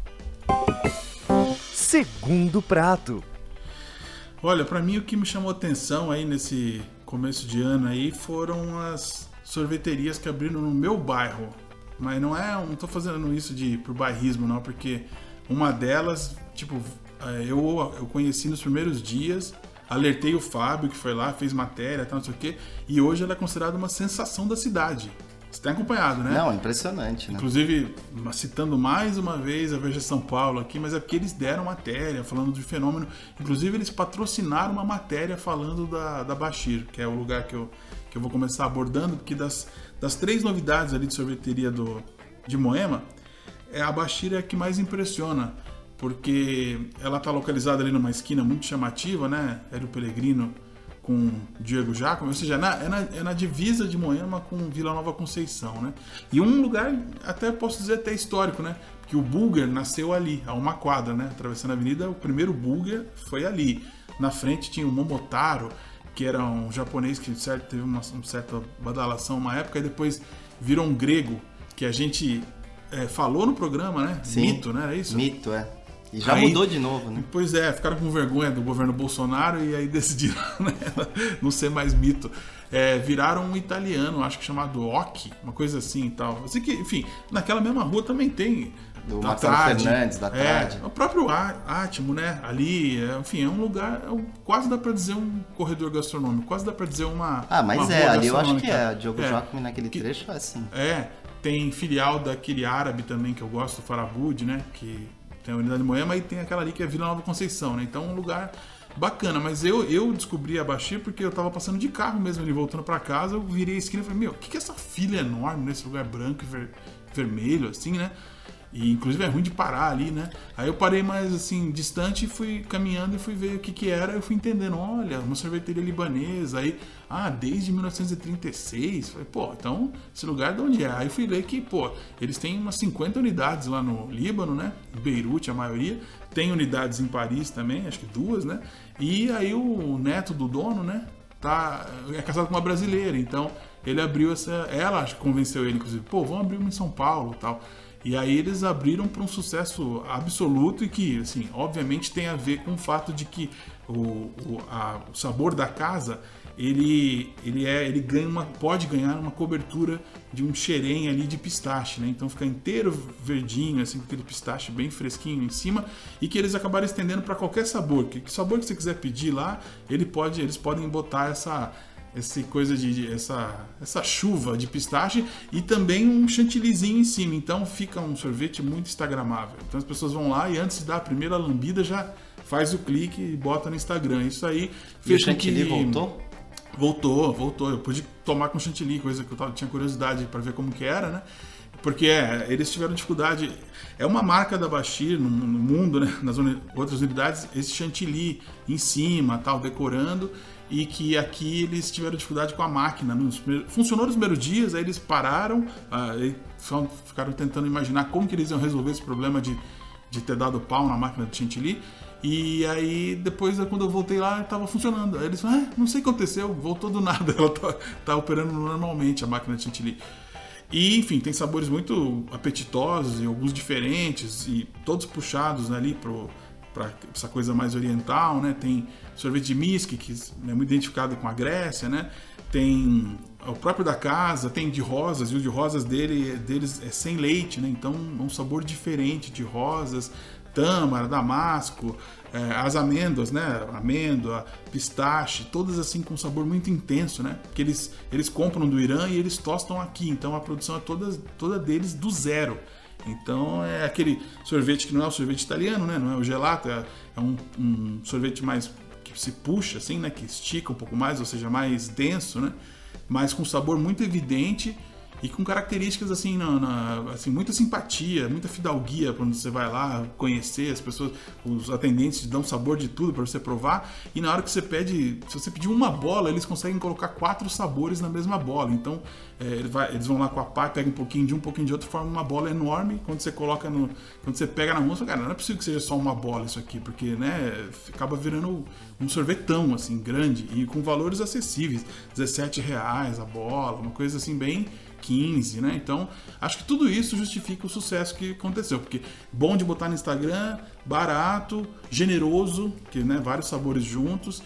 Segundo prato. Olha, pra mim o que me chamou atenção aí nesse começo de ano aí foram as sorveterias que abriram no meu bairro. Mas não é, não tô fazendo isso de por bairrismo não, porque uma delas, tipo, eh, eu eu conheci nos primeiros dias, alertei o Fábio que foi lá, fez matéria, tal, não sei o quê, e hoje ela é considerada uma sensação da cidade. Você tem acompanhado, né? Não, é impressionante, né? Inclusive, citando mais uma vez a Veja São Paulo aqui, mas é porque eles deram matéria falando do fenômeno. Inclusive, eles patrocinaram uma matéria falando da, da Bashir, que é o lugar que eu, que eu vou começar abordando, porque das, das três novidades ali de sorveteria do, de Moema, é a Bashir é a que mais impressiona, porque ela está localizada ali numa esquina muito chamativa, né? Hélio Pellegrino com Diego Giacomo, ou seja, é na, é, na, é na divisa de Moema com Vila Nova Conceição, né? E um lugar, até posso dizer até histórico, né? Porque o Burger nasceu ali, a uma quadra, né? Atravessando a avenida, o primeiro Burger foi ali. Na frente tinha o Momotaro, que era um japonês que certo, teve uma, uma certa badalação uma época, e depois virou um grego, que a gente é, falou no programa, né? Sim. Mito, né? Era isso? Mito, é. E já Aí- mudou de novo, né? Pois é, ficaram com vergonha do governo Bolsonaro e aí decidiram, né, não ser mais mito. É, viraram um italiano, acho que chamado Occhi, uma coisa assim e tal. Assim que, enfim, naquela mesma rua também tem. Do da Marcelo Trade, Fernandes, da Trade. É, o próprio Á- Átimo, né? Ali, é, enfim, é um lugar, é um- quase dá pra dizer um corredor gastronômico, quase dá pra dizer uma. Ah, mas uma é, rua ali eu acho que gastronômica. é. Diogo É. Giacomo naquele Que- trecho é assim. É, tem filial daquele árabe também que eu gosto, o Farabud, né? Que tem a Unidade Moema e tem aquela ali que é Vila Nova Conceição, né? Então é um lugar bacana. Mas eu, eu descobri a Bashir porque eu tava passando de carro mesmo ali, voltando pra casa, eu virei a esquina e falei, meu, o que, que é essa fila enorme nesse lugar branco e ver- vermelho, assim, né? E inclusive é ruim de parar ali, né? Aí eu parei mais assim, distante e fui caminhando e fui ver o que que era. Eu fui entendendo, olha, uma sorveteria libanesa. Aí, ah, desde mil novecentos e trinta e seis. Falei, pô, então esse lugar de onde é? Aí fui ler que, pô, eles têm umas cinquenta unidades lá no Líbano, né? Beirute, a maioria. Tem unidades em Paris também, acho que duas, né? E aí o neto do dono, né? Tá, é casado com uma brasileira, então ele abriu essa. Ela acho que convenceu ele, inclusive, pô, vamos abrir uma em São Paulo e tal. E aí eles abriram para um sucesso absoluto e que, assim, obviamente tem a ver com o fato de que o, o, a- o sabor da casa, ele, ele, é, ele ganha uma, pode ganhar uma cobertura de um xerém ali de pistache, né? Então fica inteiro verdinho, assim, com aquele pistache bem fresquinho em cima e que eles acabaram estendendo para qualquer sabor. Que, que sabor que você quiser pedir lá, ele pode, eles podem botar essa... essa coisa de, de- essa, essa chuva de pistache e também um chantillyzinho em cima, então fica um sorvete muito instagramável. Então as pessoas vão lá e antes de dar a primeira lambida já faz o clique e bota no Instagram. Isso aí E o fez com chantilly que voltou? Voltou, voltou. Eu pude tomar com chantilly, coisa que eu tava, tinha curiosidade para ver como que era, né? Porque é, eles tiveram dificuldade. É uma marca da Bashir no, no mundo, né? Nas uni- outras unidades, esse chantilly em cima, tal, decorando. E que aqui eles tiveram dificuldade com a máquina. Nos primeiros- funcionou nos primeiros dias, aí eles pararam, ah, aí só ficaram tentando imaginar como que eles iam resolver esse problema de, de ter dado pau na máquina de chantilly. E aí, depois, quando eu voltei lá, estava funcionando. Aí eles falaram, ah, não sei o que aconteceu, voltou do nada. Ela tá, tá operando normalmente a máquina de chantilly. E, enfim, tem sabores muito apetitosos e alguns diferentes e todos puxados, né, ali pro, pra essa coisa mais oriental, né? Tem sorvete de misk, que é muito identificado com a Grécia, né? Tem o próprio da casa, tem de rosas, e o de rosas dele, deles é sem leite, né? Então é um sabor diferente de rosas, tâmara, damasco, é, as amêndoas, né? Amêndoa, pistache, todas assim com um sabor muito intenso, né? Porque eles, eles compram do Irã e eles tostam aqui, então a produção é toda, toda deles do zero. Então é aquele sorvete que não é o sorvete italiano, né? Não é o gelato, é, é um, um sorvete mais que se puxa, assim, né? Que estica um pouco mais, ou seja, mais denso, né? Mas com sabor muito evidente e com características assim, na, na, assim, muita simpatia, muita fidalguia quando você vai lá conhecer as pessoas, os atendentes te dão sabor de tudo para você provar, e na hora que você pede, se você pedir uma bola, eles conseguem colocar quatro sabores na mesma bola. Então é, ele vai, eles vão lá com a pá, pegam um pouquinho de um, um pouquinho de outro, formam uma bola enorme. Quando você coloca no, quando você pega na mão, você fala, cara, não é possível que seja só uma bola isso aqui, porque, né, acaba virando um sorvetão assim grande e com valores acessíveis, dezessete reais a bola, uma coisa assim bem quinze, né? Então, acho que tudo isso justifica o sucesso que aconteceu, porque bom de botar no Instagram, barato, generoso, que, né, vários sabores juntos.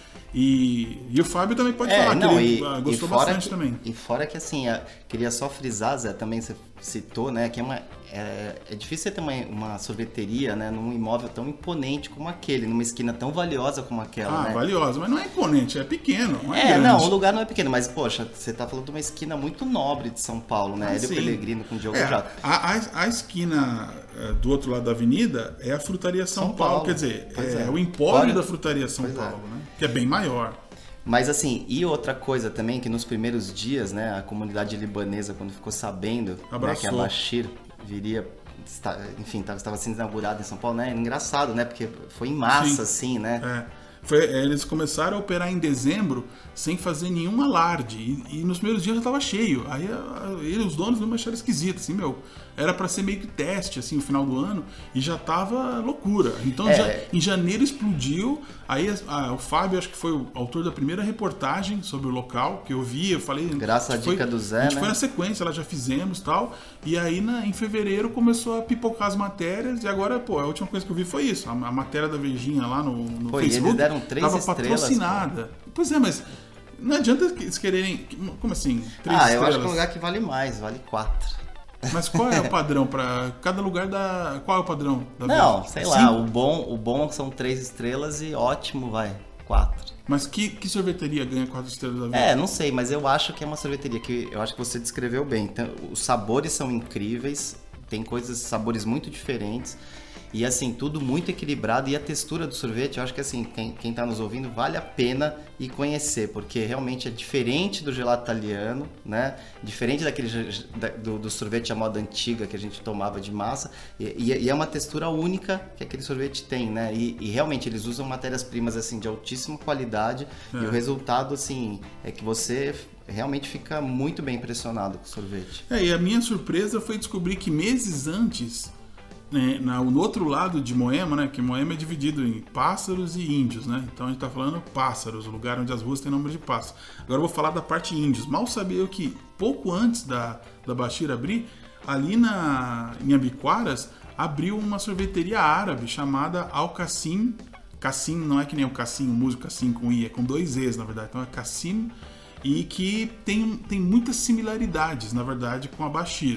E, e o Fábio também pode é, falar não, que ele e, gostou e bastante que, também. E fora que, assim, eu queria só frisar, Zé, também você citou, né, que é, uma, é, é difícil você ter uma, uma sorveteria, né, num imóvel tão imponente como aquele, numa esquina tão valiosa como aquela, Ah, né? valiosa, mas não é imponente, é pequeno, não é É, grande. não, o lugar não é pequeno, mas, poxa, você tá falando de uma esquina muito nobre de São Paulo, né? Ah, Ele e o sim. Pellegrino com o Diogo É, Jato. a, a, a esquina é, do outro lado da avenida é a Frutaria São, São Paulo. Paulo. Quer dizer, Pois é, é. o empório Olha, da Frutaria São pois é. Paulo, né? Que é bem maior. Mas assim, e outra coisa também, que nos primeiros dias, né, a comunidade libanesa, quando ficou sabendo, né, que a Bashir viria, enfim, estava sendo inaugurada em São Paulo, né, engraçado, né, porque foi em massa, Sim. assim, né. É. Foi, eles começaram a operar em dezembro sem fazer nenhum alarde. E, e nos primeiros dias já estava cheio. Aí a, a, eles, os donos não acharam esquisito, assim, meu. Era para ser meio que teste, assim, no final do ano. E já tava loucura. Então, É. já, em janeiro explodiu. Aí a, a, o Fábio, acho que foi o autor da primeira reportagem sobre o local, que eu vi, eu falei... Graças à dica foi, do Zé, A gente né? foi na sequência, lá já fizemos e tal. E aí, na, em fevereiro, começou a pipocar as matérias. E agora, pô, a última coisa que eu vi foi isso. A, a matéria da Virgínia lá no, no Pô, Facebook. e eles deram três tava estrelas, patrocinada. Pois é, mas não adianta eles quererem... Como assim? Três Ah, eu estrelas? acho que é um lugar que vale mais, vale quatro. Mas qual é o padrão para cada lugar da... Qual é o padrão da Não, Virgínia? sei lá, o bom, o bom são três estrelas e ótimo, vai, quatro. Mas que, que sorveteria ganha quatro estrelas da Virgínia? É, não sei, mas eu acho que é uma sorveteria que eu acho que você descreveu bem. Então, os sabores são incríveis, tem coisas, sabores muito diferentes. E assim, tudo muito equilibrado. E a textura do sorvete, eu acho que assim, quem, quem tá nos ouvindo, vale a pena ir conhecer, porque realmente é diferente do gelato italiano, né? Diferente daquele da, do, do sorvete à moda antiga que a gente tomava de massa. E, e é uma textura única que aquele sorvete tem, né? E, e realmente eles usam matérias-primas assim de altíssima qualidade. É. E o resultado, assim, é que você realmente fica muito bem impressionado com o sorvete. É, e a minha surpresa foi descobrir que meses antes... É, no outro lado de Moema, né, que Moema é dividido em pássaros e índios, né? Então a gente tá falando pássaros, o lugar onde as ruas têm nome de pássaro. Agora eu vou falar da parte índios. Mal sabia eu que pouco antes da, da Bashir abrir, ali na, em Abiquaras, abriu uma sorveteria árabe chamada Al Cassim. Cassim não é que nem o Cassim, o músico Cassim com I, é com dois E's na verdade. Então é Cassim, e que tem, tem muitas similaridades, na verdade, com a Bashir.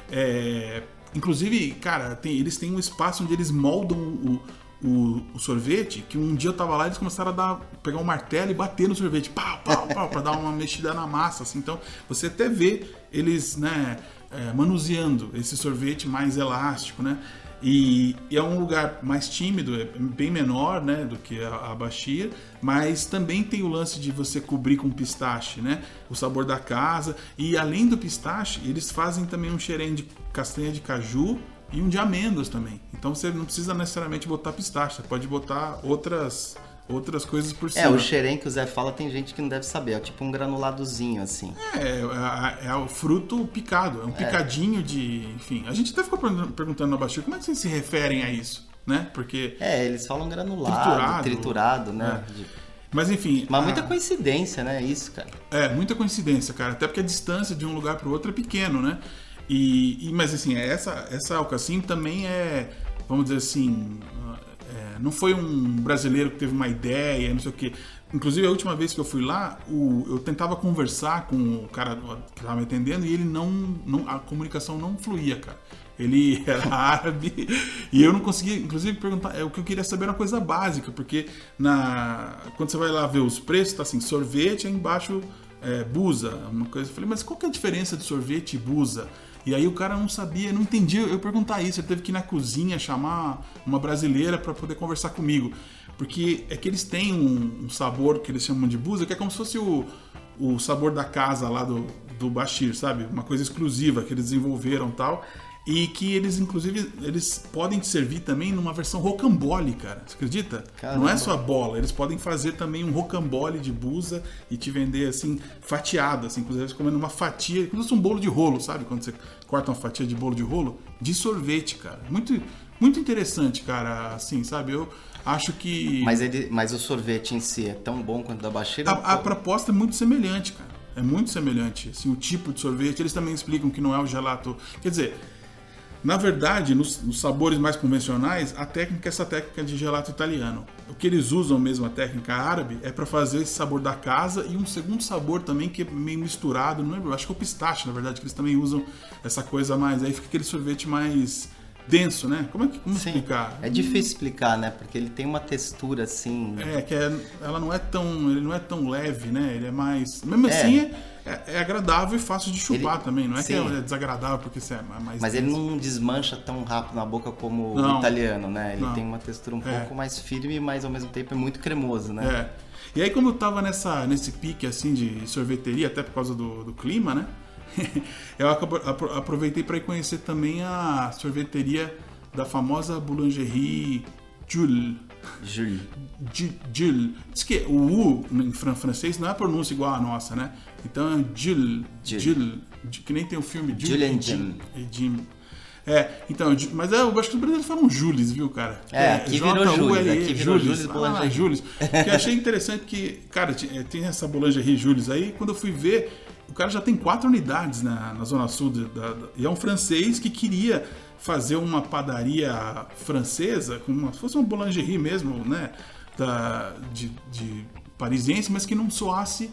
É... Inclusive, cara, tem, eles têm um espaço onde eles moldam o, o, o sorvete, que um dia eu tava lá e eles começaram a dar, pegar um martelo e bater no sorvete, pau, pau, pau, pra dar uma mexida na massa, assim. Então, você até vê eles, né, é, manuseando esse sorvete mais elástico, né? E, e é um lugar mais tímido, é bem menor, né, do que a, a Bashir, mas também tem o lance de você cobrir com pistache, né, o sabor da casa. E além do pistache, eles fazem também um xerém de castanha de caju e um de amêndoas também. Então você não precisa necessariamente botar pistache, você pode botar outras... outras coisas por cima. É, o xerém que o Zé fala tem gente que não deve saber, é tipo um granuladozinho, assim. É, é, é o fruto picado, é um picadinho é. de... Enfim, a gente até ficou perguntando na Bashir como é que vocês se referem a isso, né? Porque... É, eles falam granulado, triturado, triturado né? É. Mas enfim... Mas a... muita coincidência, né? Isso, cara. É, muita coincidência, cara. Até porque a distância de um lugar para o outro é pequeno, né? E, e, mas assim, essa, essa Alcacim também é, vamos dizer assim, é, não foi um brasileiro que teve uma ideia, não sei o quê. Inclusive, a última vez que eu fui lá, o, eu tentava conversar com o cara que estava me atendendo e ele não, não, a comunicação não fluía, cara. Ele era árabe e eu não conseguia, inclusive, perguntar. O que eu queria saber era uma coisa básica, porque na, quando você vai lá ver os preços, tá assim, sorvete, aí embaixo é, busa, uma coisa. Eu falei, mas qual que é a diferença de sorvete e busa? E aí o cara não sabia, não entendia eu perguntar isso. Ele teve que ir na cozinha chamar uma brasileira para poder conversar comigo. Porque é que eles têm um, um sabor que eles chamam de busa, que é como se fosse o, o sabor da casa lá do, do Bashir, sabe? Uma coisa exclusiva que eles desenvolveram e tal. E que eles, inclusive, eles podem te servir também numa versão rocambole, cara. Você acredita? Caramba. Não é só bola. Eles podem fazer também um rocambole de busa e te vender, assim, fatiado, assim. Inclusive, você comendo uma fatia, como se fosse um bolo de rolo, sabe? Quando você corta uma fatia de bolo de rolo, de sorvete, cara. Muito, muito interessante, cara, assim, sabe? Eu acho que... Mas, ele, mas o sorvete em si é tão bom quanto o da Bashir? A, a proposta é muito semelhante, cara. É muito semelhante, assim, o tipo de sorvete. Eles também explicam que não é o gelato... Quer dizer... Na verdade, nos, nos sabores mais convencionais, a técnica é essa técnica de gelato italiano. O que eles usam mesmo, a técnica árabe, é para fazer esse sabor da casa e um segundo sabor também que é meio misturado, não lembro, acho que é o pistache, na verdade, que eles também usam essa coisa mais, aí fica aquele sorvete mais denso, né? Como é que como explicar? É difícil explicar, né? Porque ele tem uma textura assim... É, que é, ela não é tão, ele não é tão leve, né? Ele é mais... Mesmo é. assim, é, é, é agradável e fácil de chupar ele, também. Não é sim. que é desagradável porque você é mais Mas denso. Ele não desmancha tão rápido na boca como não, o italiano, né? Ele não. tem uma textura um é. pouco mais firme, mas ao mesmo tempo é muito cremoso, né? É. E aí, como eu tava nessa, nesse pique, assim, de sorveteria, até por causa do, do clima, né? Eu aproveitei para ir conhecer também a sorveteria da famosa boulangerie Jules. Jules. Jules. Diz que o U em francês não é a pronúncia igual a nossa, né? Então é Jules. Jules. Que nem tem o filme Jules e Jim. É, então, mas é, eu acho que os brasileiros falam Jules, viu, cara? É, aqui virou Jules, aqui virou Jules Boulangerie. Ah, Jules. Que eu achei interessante que, cara, tem essa boulangerie Jules aí, quando eu fui ver, o cara já tem quatro unidades na, na Zona Sul, da, da, e é um francês que queria fazer uma padaria francesa, como se fosse uma boulangerie mesmo, né, da, de, de parisiense, mas que não soasse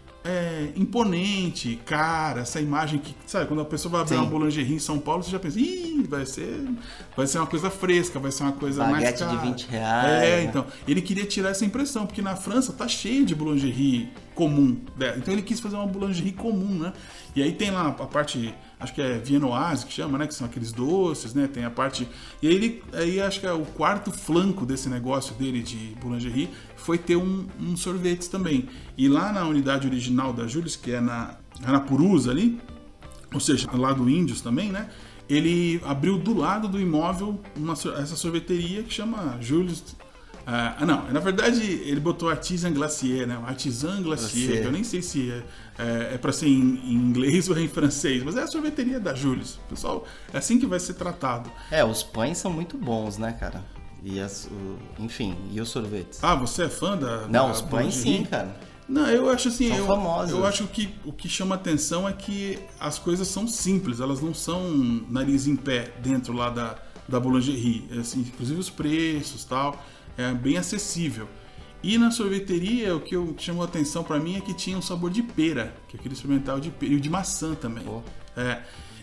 é, imponente, cara, essa imagem que, sabe, quando a pessoa vai abrir Sim. uma boulangerie em São Paulo, você já pensa, ih, vai ser, vai ser uma coisa fresca, vai ser uma coisa Baguete mais cara. de vinte reais. É, né? então, ele queria tirar essa impressão, porque na França tá cheio de boulangerie comum, né? Então ele quis fazer uma boulangerie comum, né? E aí tem lá a parte, acho que é viennoise que chama, né? Que são aqueles doces, né? Tem a parte... E aí, ele, aí acho que é o quarto flanco desse negócio dele de boulangerie foi ter um, um sorvete também. E lá na unidade original da Jules, que é na, na Purus ali, ou seja, lá do Índios também, né? Ele abriu do lado do imóvel uma, essa sorveteria que chama Jules... Ah, não, na verdade ele botou Artisan Glacier, né? Artisan Glacier, que eu nem sei se é, é, é para ser em, em inglês ou em francês, mas é a sorveteria da Jules. Pessoal, é assim que vai ser tratado. É, os pães são muito bons, né, cara? E as, o, enfim, e os sorvetes? Ah, você é fã da... Não, da os pães sim, cara. Não, eu acho assim, são eu, famosos. eu acho que o que chama atenção é que as coisas são simples, elas não são nariz em pé dentro lá da, da boulangerie, assim, inclusive os preços e tal. É bem acessível. E na sorveteria, o que, eu, que chamou a atenção pra mim é que tinha um sabor de pera, que é aquele experimental de pera, e de maçã também. Oh. É.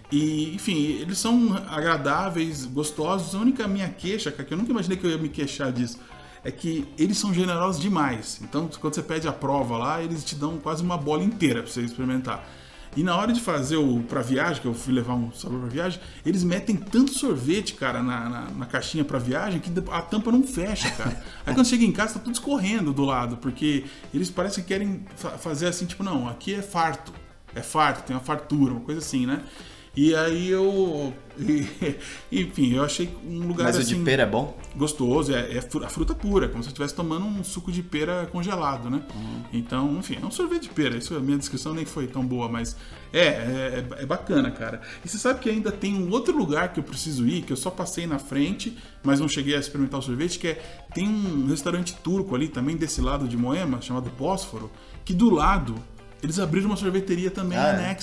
E, enfim, eles são agradáveis, gostosos. A única minha queixa, que eu nunca imaginei que eu ia me queixar disso, é que eles são generosos demais. Então, quando você pede a prova lá, eles te dão quase uma bola inteira pra você experimentar. E na hora de fazer o pra viagem, que eu fui levar um sabor pra viagem, eles metem tanto sorvete, cara, na, na, na caixinha pra viagem, que a tampa não fecha, cara. Aí quando chega em casa, tá tudo escorrendo do lado, porque eles parecem que querem fa- fazer assim, tipo, não, aqui é farto, é farto, tem uma fartura, uma coisa assim, né? E aí eu... Enfim, eu achei um lugar Mas assim... Mas o de pera é bom? Gostoso, é, é a fruta pura, como se eu estivesse tomando um suco de pera congelado, né? Uhum. Então, enfim, é um sorvete de pera. Isso, a minha descrição nem foi tão boa, mas é, é, é bacana, cara. E você sabe que ainda tem um outro lugar que eu preciso ir, que eu só passei na frente, mas não cheguei a experimentar o sorvete, que é... Tem um restaurante turco ali também, desse lado de Moema, chamado Bósforo, que do lado... Eles abriram uma sorveteria também ah, anexa.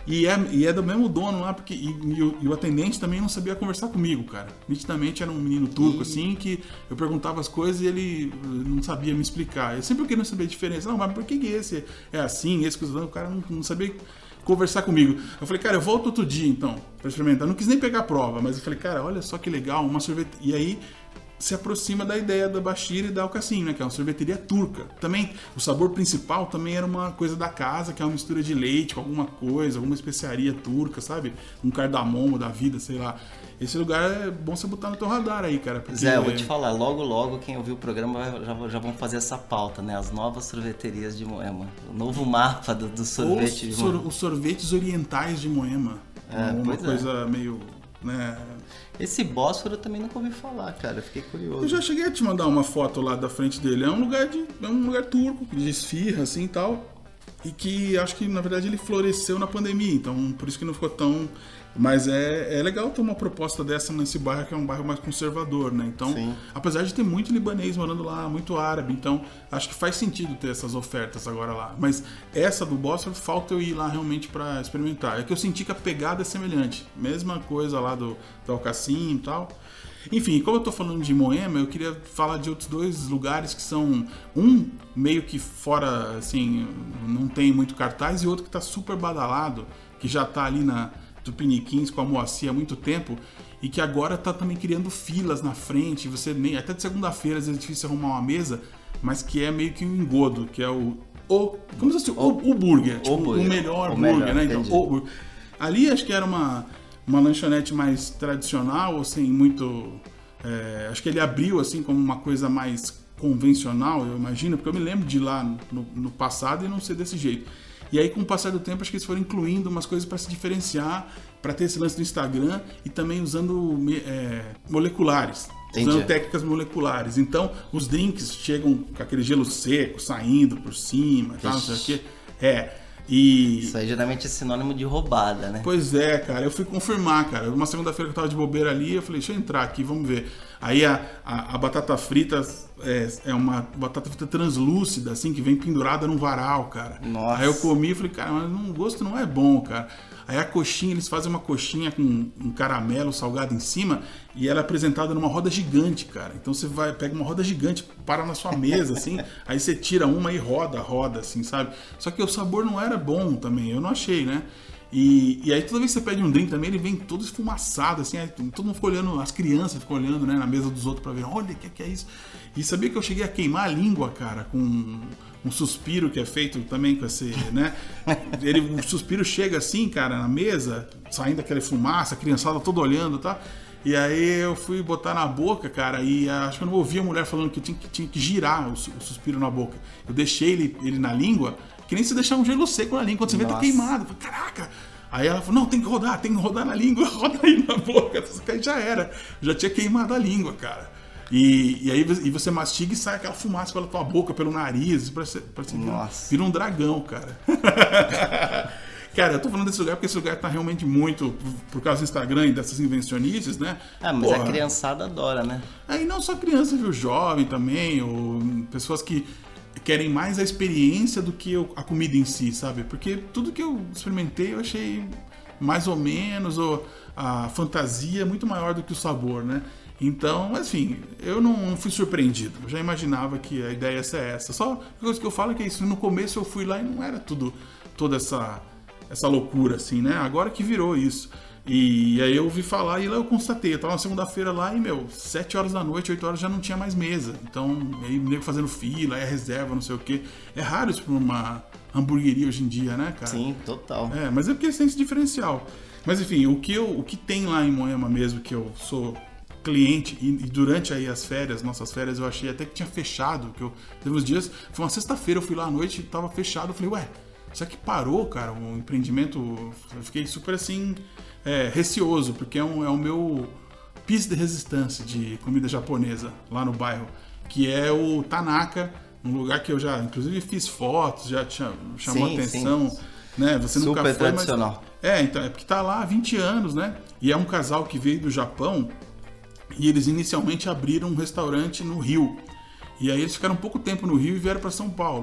E é, e é do mesmo dono lá, porque e, e, o, e o atendente também não sabia conversar comigo, cara. Nitidamente era um menino turco, e... assim, que eu perguntava as coisas e ele não sabia me explicar. Eu sempre queria saber a diferença. Não, mas por que, que esse é assim, esse que o cara não, não sabia conversar comigo. Eu falei, cara, eu volto outro dia, então, pra experimentar. Eu não quis nem pegar a prova, mas eu falei, cara, olha só que legal, uma sorvete... E aí... se aproxima da ideia da Bashir e da Alcacim, né? Que é uma sorveteria turca. Também, o sabor principal também era uma coisa da casa, que é uma mistura de leite com alguma coisa, alguma especiaria turca, sabe? Um cardamomo da vida, sei lá. Esse lugar é bom você botar no teu radar aí, cara. Porque... Zé, eu vou te falar, logo logo quem ouviu o programa já, já vão fazer essa pauta, né? As novas sorveterias de Moema. O novo mapa do, do sorvete os, de Moema. Os sorvetes orientais de Moema. É, uma coisa é. meio... né? Esse Bósforo eu também nunca ouvi falar, cara. Eu fiquei curioso. Eu já cheguei a te mandar uma foto lá da frente dele. É um lugar de, é um lugar turco, de esfirra, assim e tal. E que acho que, na verdade, ele floresceu na pandemia. Então, por isso que não ficou tão... Mas é, é legal ter uma proposta dessa nesse bairro, que é um bairro mais conservador, né? Então, sim, apesar de ter muito libanês morando lá, muito árabe, então acho que faz sentido ter essas ofertas agora lá. Mas essa do Bósforo, falta eu ir lá realmente para experimentar. É que eu senti que a pegada é semelhante. Mesma coisa lá do, do Alcacim e tal. Enfim, como eu tô falando de Moema, eu queria falar de outros dois lugares que são... Um meio que fora, assim, não tem muito cartaz, e outro que tá super badalado, que já tá ali na... Tupiniquins com a Moacir há muito tempo e que agora tá também criando filas na frente, você nem, até de segunda-feira às vezes é difícil arrumar uma mesa, mas que é meio que um engodo, que é o o como se fosse o, o, o burger, o, tipo, o, o melhor o burger, melhor, né? Então, o, ali acho que era uma, uma lanchonete mais tradicional, assim, muito... É, acho que ele abriu assim como uma coisa mais convencional, eu imagino, porque eu me lembro de ir lá no, no passado e não ser desse jeito. E aí, com o passar do tempo, acho que eles foram incluindo umas coisas para se diferenciar, para ter esse lance do Instagram e também usando é, moleculares, Entendi. usando técnicas moleculares. Então, os drinks chegam com aquele gelo seco saindo por cima, tal, não sei o quê. É. E... Isso aí geralmente é sinônimo de roubada, né? Pois é, cara, eu fui confirmar, cara. Uma segunda-feira que eu tava de bobeira ali, eu falei, deixa eu entrar aqui, vamos ver. Aí a, a, a batata frita é, é uma batata frita translúcida, assim, que vem pendurada num varal, cara. Nossa. Aí eu comi e falei, cara, mas o gosto não é bom, cara. Aí a coxinha, eles fazem uma coxinha com um caramelo salgado em cima e ela é apresentada numa roda gigante, cara. Então você vai, pega uma roda gigante, para na sua mesa, assim, aí você tira uma e roda, roda, assim, sabe? Só que o sabor não era bom também, eu não achei, né? E, e aí toda vez que você pede um drink também, ele vem todo esfumaçado, assim, aí todo mundo ficou olhando, as crianças ficam olhando, né, na mesa dos outros pra ver, olha, o que, que é isso? E sabia que eu cheguei a queimar a língua, cara, com um suspiro que é feito também com esse, né? Ele, o suspiro chega assim, cara, na mesa, saindo aquela fumaça, a criançada toda olhando e tá? tal. E aí eu fui botar na boca, cara, e acho que eu não ouvi a mulher falando que tinha que, tinha que girar o, o suspiro na boca. Eu deixei ele, ele na língua, que nem se deixar um gelo seco na língua, quando você Nossa. vê tá queimado. Eu falei, caraca! Aí ela falou, não, tem que rodar, tem que rodar na língua, roda aí na boca. Aí já era, já tinha queimado a língua, cara. E, e aí e você mastiga e sai aquela fumaça pela tua boca, pelo nariz, parece, parece vira, vira um dragão, cara. Cara, eu tô falando desse lugar porque esse lugar tá realmente muito, por causa do Instagram e dessas invencionices, né? Ah, mas Porra. A criançada adora, né? Aí não só criança, viu? Jovem também, ou pessoas que querem mais a experiência do que a comida em si, sabe? Porque tudo que eu experimentei eu achei mais ou menos, ou a fantasia é muito maior do que o sabor, né? Então, mas enfim, eu não fui surpreendido. Eu já imaginava que a ideia ia ser essa. Só a coisa que eu falo é que é isso. No começo eu fui lá e não era tudo, toda essa, essa loucura, assim, né? Agora que virou isso. E aí eu ouvi falar e lá eu constatei. Eu tava na segunda-feira lá e, meu, sete horas da noite, oito horas já não tinha mais mesa. Então, aí nego fazendo fila, aí a reserva, não sei o quê. É raro isso pra uma hamburgueria hoje em dia, né, cara? Sim, total. É, mas é porque eles têm esse diferencial. Mas enfim, o que, eu, o que tem lá em Moema mesmo, que eu sou cliente, e, e durante aí as férias, nossas férias, eu achei até que tinha fechado. Que eu, teve uns dias, foi uma sexta-feira, eu fui lá à noite e tava fechado. Eu falei, ué, será que parou, cara, o empreendimento? Eu fiquei super assim, é, receoso, porque é, um, é o meu piece de resistência de comida japonesa lá no bairro, que é o Tanaka, um lugar que eu já, inclusive, fiz fotos, já chamou sim, atenção. Sim. Né? Você super nunca foi, tradicional. Mas... É, então, é porque tá lá há vinte anos, né? E é um casal que veio do Japão e eles inicialmente abriram um restaurante no Rio. E aí eles ficaram pouco tempo no Rio e vieram para São Paulo.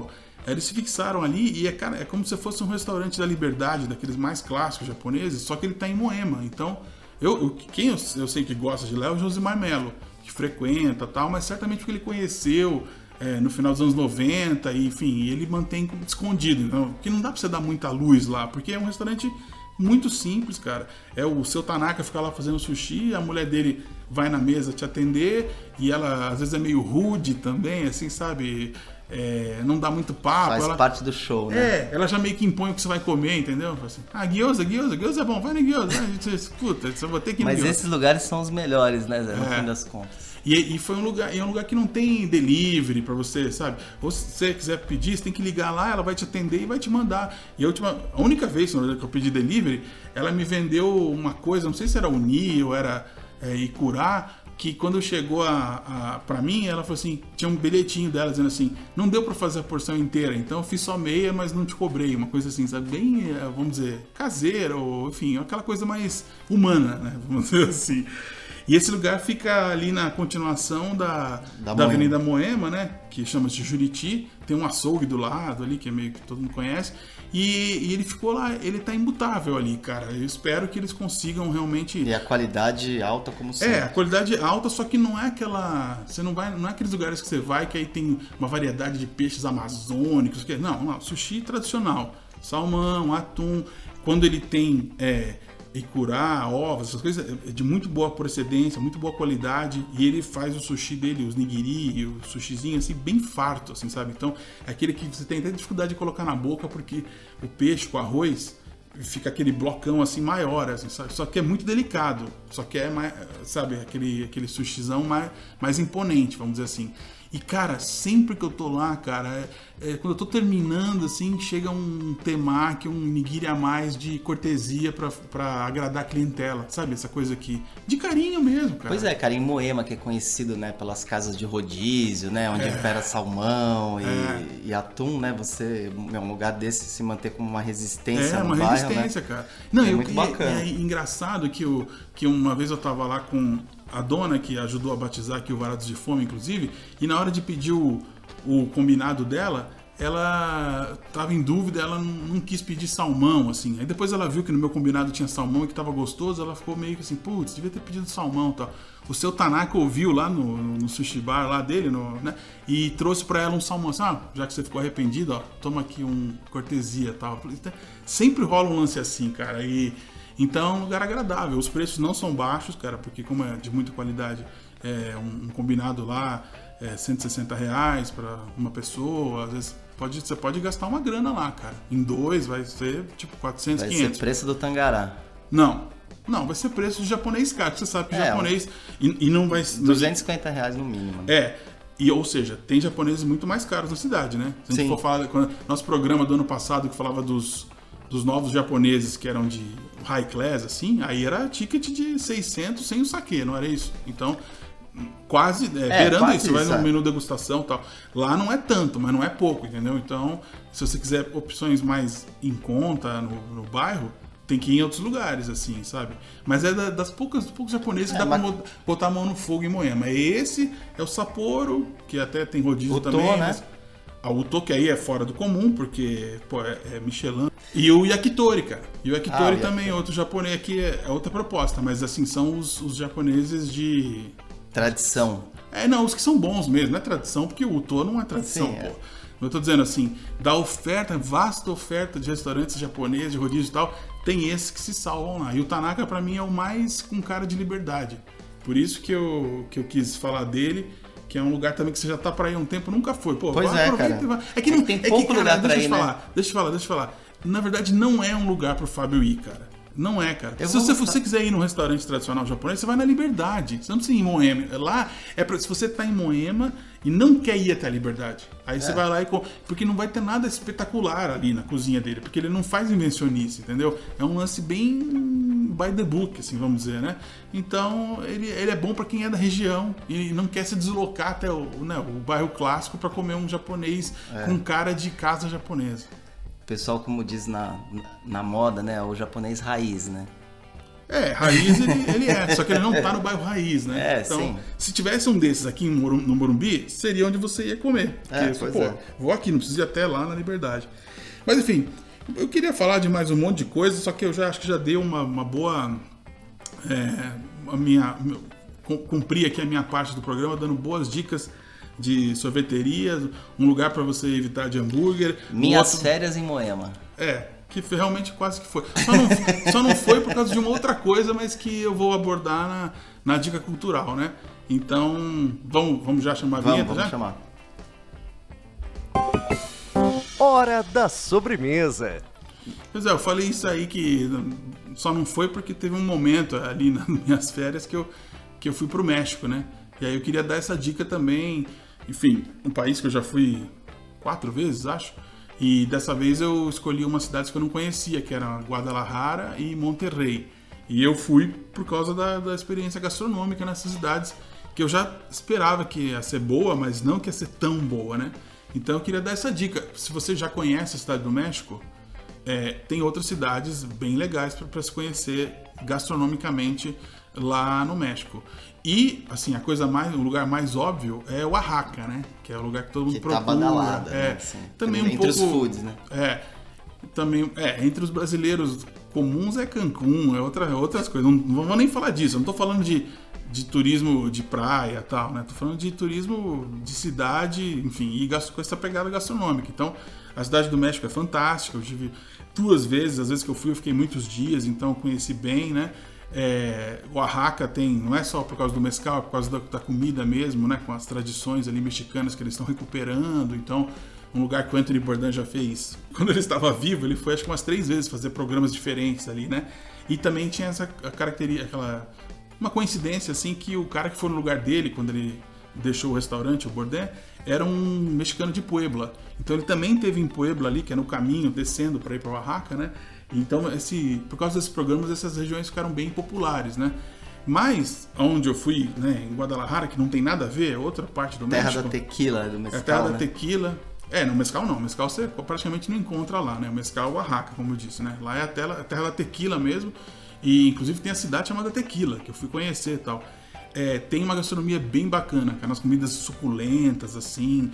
Eles se fixaram ali e é, cara, é como se fosse um restaurante da Liberdade, daqueles mais clássicos japoneses, só que ele tá em Moema. Então, eu, eu, quem eu, eu sei que gosta de lá é o Josimar Melo, que frequenta e tal, mas certamente porque ele conheceu é, no final dos anos noventa, e, enfim, ele mantém escondido. Então, porque não dá pra você dar muita luz lá, porque é um restaurante muito simples, cara. É o seu Tanaka ficar lá fazendo sushi, a mulher dele vai na mesa te atender, e ela às vezes é meio rude também, assim, sabe? É, não dá muito papo. Faz ela, parte do show, né? É, ela já meio que impõe o que você vai comer, entendeu? Assim, ah, gyoza, gyoza, gyoza é bom, vai no gyoza. A gente escuta, só vou ter que ir no Mas gyoza. esses lugares são os melhores, né, Zé, no É. fim das contas. E, e foi um lugar, é um lugar que não tem delivery pra você, sabe? Ou se você quiser pedir, você tem que ligar lá, ela vai te atender e vai te mandar. E a última, a única vez na verdade, que eu pedi delivery, ela me vendeu uma coisa, não sei se era Uni ou era é, Icurá, que quando chegou a, a, pra mim, ela falou assim, tinha um bilhetinho dela dizendo assim, não deu pra fazer a porção inteira, então eu fiz só meia, mas não te cobrei, uma coisa assim, sabe, bem, vamos dizer, caseira, ou enfim, aquela coisa mais humana, né, vamos dizer assim. E esse lugar fica ali na continuação da, Da da, Moema. Avenida Moema, né? Que chama-se Juriti. Tem um açougue do lado ali, que é meio que todo mundo conhece. E, e ele ficou lá, ele tá imutável ali, cara. Eu espero que eles consigam realmente... E a qualidade alta como sempre. É, a qualidade é alta, só que não é aquela... Você não vai... Não é aqueles lugares que você vai que aí tem uma variedade de peixes amazônicos. Que, não, não, sushi tradicional. Salmão, atum. Quando ele tem... É, Icurá, ovos, essas coisas de muito boa procedência, muito boa qualidade, e ele faz o sushi dele, os nigiri, o sushizinho assim, bem farto, assim, sabe? Então, é aquele que você tem até dificuldade de colocar na boca, porque o peixe com arroz fica aquele blocão assim maior, assim, sabe? Só que é muito delicado, só que é mais, sabe, aquele, aquele sushizão mais, mais imponente, vamos dizer assim. E, cara, sempre que eu tô lá, cara, é, é, quando eu tô terminando, assim, chega um temaki, um nigiri a mais de cortesia pra, pra agradar a clientela, sabe? Essa coisa aqui, de carinho mesmo, cara. Pois é, cara, em Moema, que é conhecido, né, pelas casas de rodízio, né, onde É. impera salmão e, É. e atum, né, você, é um lugar desse se manter como uma resistência É, no uma bairro, resistência, né? cara. Não, É eu, muito e- bacana. E é engraçado que, eu, que uma vez eu tava lá com a dona, que ajudou a batizar aqui o Varados de Fome, inclusive, e na hora de pedir o, o combinado dela, ela tava em dúvida, ela não, não quis pedir salmão, assim. Aí depois ela viu que no meu combinado tinha salmão e que tava gostoso, ela ficou meio que assim, putz, devia ter pedido salmão e tal. O seu Tanaka ouviu lá no, no, no sushi bar lá dele, no, né, e trouxe pra ela um salmão, assim, ah, já que você ficou arrependido, ó, toma aqui um cortesia e tal. Sempre rola um lance assim, cara, e... Então é um lugar agradável, os preços não são baixos, cara, porque como é de muita qualidade, é um, um combinado lá é cento e sessenta reais para uma pessoa, às vezes pode, você pode gastar uma grana lá, cara. Em dois vai ser tipo quatrocentos, Vai quinhentos. ser preço do Tangará. Não, não, vai ser preço de japonês caro, que você sabe que É, japonês... E, e não vai... duzentos e cinquenta reais no mínimo. Né? É, e, ou seja, tem japoneses muito mais caros na cidade, né? Se a gente Sim. for falar, quando- nosso programa do ano passado que falava dos, dos novos japoneses que eram de high class, assim, aí era ticket de seiscentos sem o sake, não era isso? Então, quase, é, É, beirando quase isso, vai isso, no é. menu degustação e tal. Lá não é tanto, mas não é pouco, entendeu? Então, se você quiser opções mais em conta no, no bairro, tem que ir em outros lugares, assim, sabe? Mas é da- das poucas, dos poucos japoneses que É, dá mas- pra mo- botar a mão no fogo em Moema. Esse é o Sapporo, que até tem rodízio Uto, também. né? Mas a Uto, que aí é fora do comum, porque pô, é, é Michelin. E o Yakitori, cara. E o Yakitori Ah, o também, yakitori. outro japonês aqui, é, é outra proposta. Mas assim, são os, os japoneses de... Tradição. É, não, os que são bons mesmo, não é tradição, porque o Uto não é tradição, Sim, pô. é. Eu tô dizendo assim, da oferta, vasta oferta de restaurantes japoneses, de rodízio e tal, tem esses que se salvam lá. E o Tanaka, pra mim, é o mais com cara de liberdade. Por isso que eu, que eu quis falar dele, que é um lugar também que você já tá pra ir há um tempo, nunca foi. Pô, Pois vai, é, aproveita cara. e vai. É que, É não, que tem é que, pouco cara, lugar pra deixa ir, eu né? falar, Deixa eu falar, deixa eu falar. Na verdade, não é um lugar pro Fábio ir, cara. Não é, cara. Eu Se vou você, gostar. você quiser ir num restaurante tradicional japonês, você vai na Liberdade. Você não precisa ir em Moema. Lá, é pra, se você tá em Moema e não quer ir até a Liberdade, aí você vai lá e... com- Porque não vai ter nada espetacular ali na cozinha dele, porque ele não faz invencionice, entendeu? É um lance bem by the book, assim, vamos dizer, né? Então, ele, ele é bom pra quem é da região e não quer se deslocar até o, né, o bairro clássico pra comer um japonês com cara de casa japonesa. O pessoal, como diz na, na moda, né? O japonês raiz, né? É, raiz ele, ele é, só que ele não tá no bairro raiz, né? É, então, sim. se tivesse um desses aqui no Morumbi, seria onde você ia comer. É, Porque, pois pô, é. vou aqui, não preciso ir até lá na Liberdade. Mas enfim, eu queria falar de mais um monte de coisa, só que eu já acho que já dei uma, uma boa... É, a minha, cumpri aqui a minha parte do programa, dando boas dicas de sorveterias, um lugar para você evitar de hambúrguer. Minhas outro... férias em Moema. É, que realmente quase que foi. Só não, só não foi por causa de uma outra coisa, mas que eu vou abordar na, na dica cultural, né? Então, vamos, vamos já chamar a Vamos, vinheta, vamos já? chamar. Hora da sobremesa. Pois é, eu falei isso aí que só não foi porque teve um momento ali nas minhas férias que eu, que eu fui pro México, né? E aí eu queria dar essa dica também, enfim, um país que eu já fui quatro vezes, acho, e dessa vez eu escolhi uma cidade que eu não conhecia, que era Guadalajara e Monterrey. E eu fui por causa da, da experiência gastronômica nessas cidades, que eu já esperava que ia ser boa, mas não que ia ser tão boa, né? Então eu queria dar essa dica. Se você já conhece a cidade do México, é, tem outras cidades bem legais para se conhecer gastronomicamente lá no México. E, assim, a coisa mais, o lugar mais óbvio é Oaxaca, né? Que é o lugar que todo mundo Que procura. tá badalada, é, né? Assim, também um entre pouco, os foods, né? É, também, é, entre os brasileiros comuns é Cancún, é outra, outras coisas. Não, não vou nem falar disso, eu não tô falando de, de turismo de praia e tal, né? Tô falando de turismo de cidade, enfim, e com essa pegada gastronômica. Então, a cidade do México é fantástica, eu tive duas vezes, às vezes que eu fui eu fiquei muitos dias, então eu conheci bem, né? É, Oaxaca tem, não é só por causa do mezcal, é por causa da, da comida mesmo, né? Com as tradições ali mexicanas que eles estão recuperando. Então, um lugar que o Anthony Bourdain já fez, quando ele estava vivo, ele foi acho que umas três vezes fazer programas diferentes ali, né? E também tinha essa característica, aquela, uma coincidência assim, que o cara que foi no lugar dele, quando ele deixou o restaurante, o Bourdain, era um mexicano de Puebla. Então ele também teve em Puebla ali, que é no caminho, descendo para ir para Oaxaca, né? Então, esse, por causa desses programas, essas regiões ficaram bem populares, né? Mas, onde eu fui, né, em Guadalajara, que não tem nada a ver, é outra parte do Terra México. da tequila, do mezcal, É a terra né? da tequila. É, no mezcal não, mezcal você praticamente não encontra lá, né? O mezcal é Oaxaca, como eu disse, né? Lá é a terra, a terra da tequila mesmo, e inclusive tem a cidade chamada Tequila, que eu fui conhecer e tal. É, tem uma gastronomia bem bacana, cara, umas comidas suculentas, assim,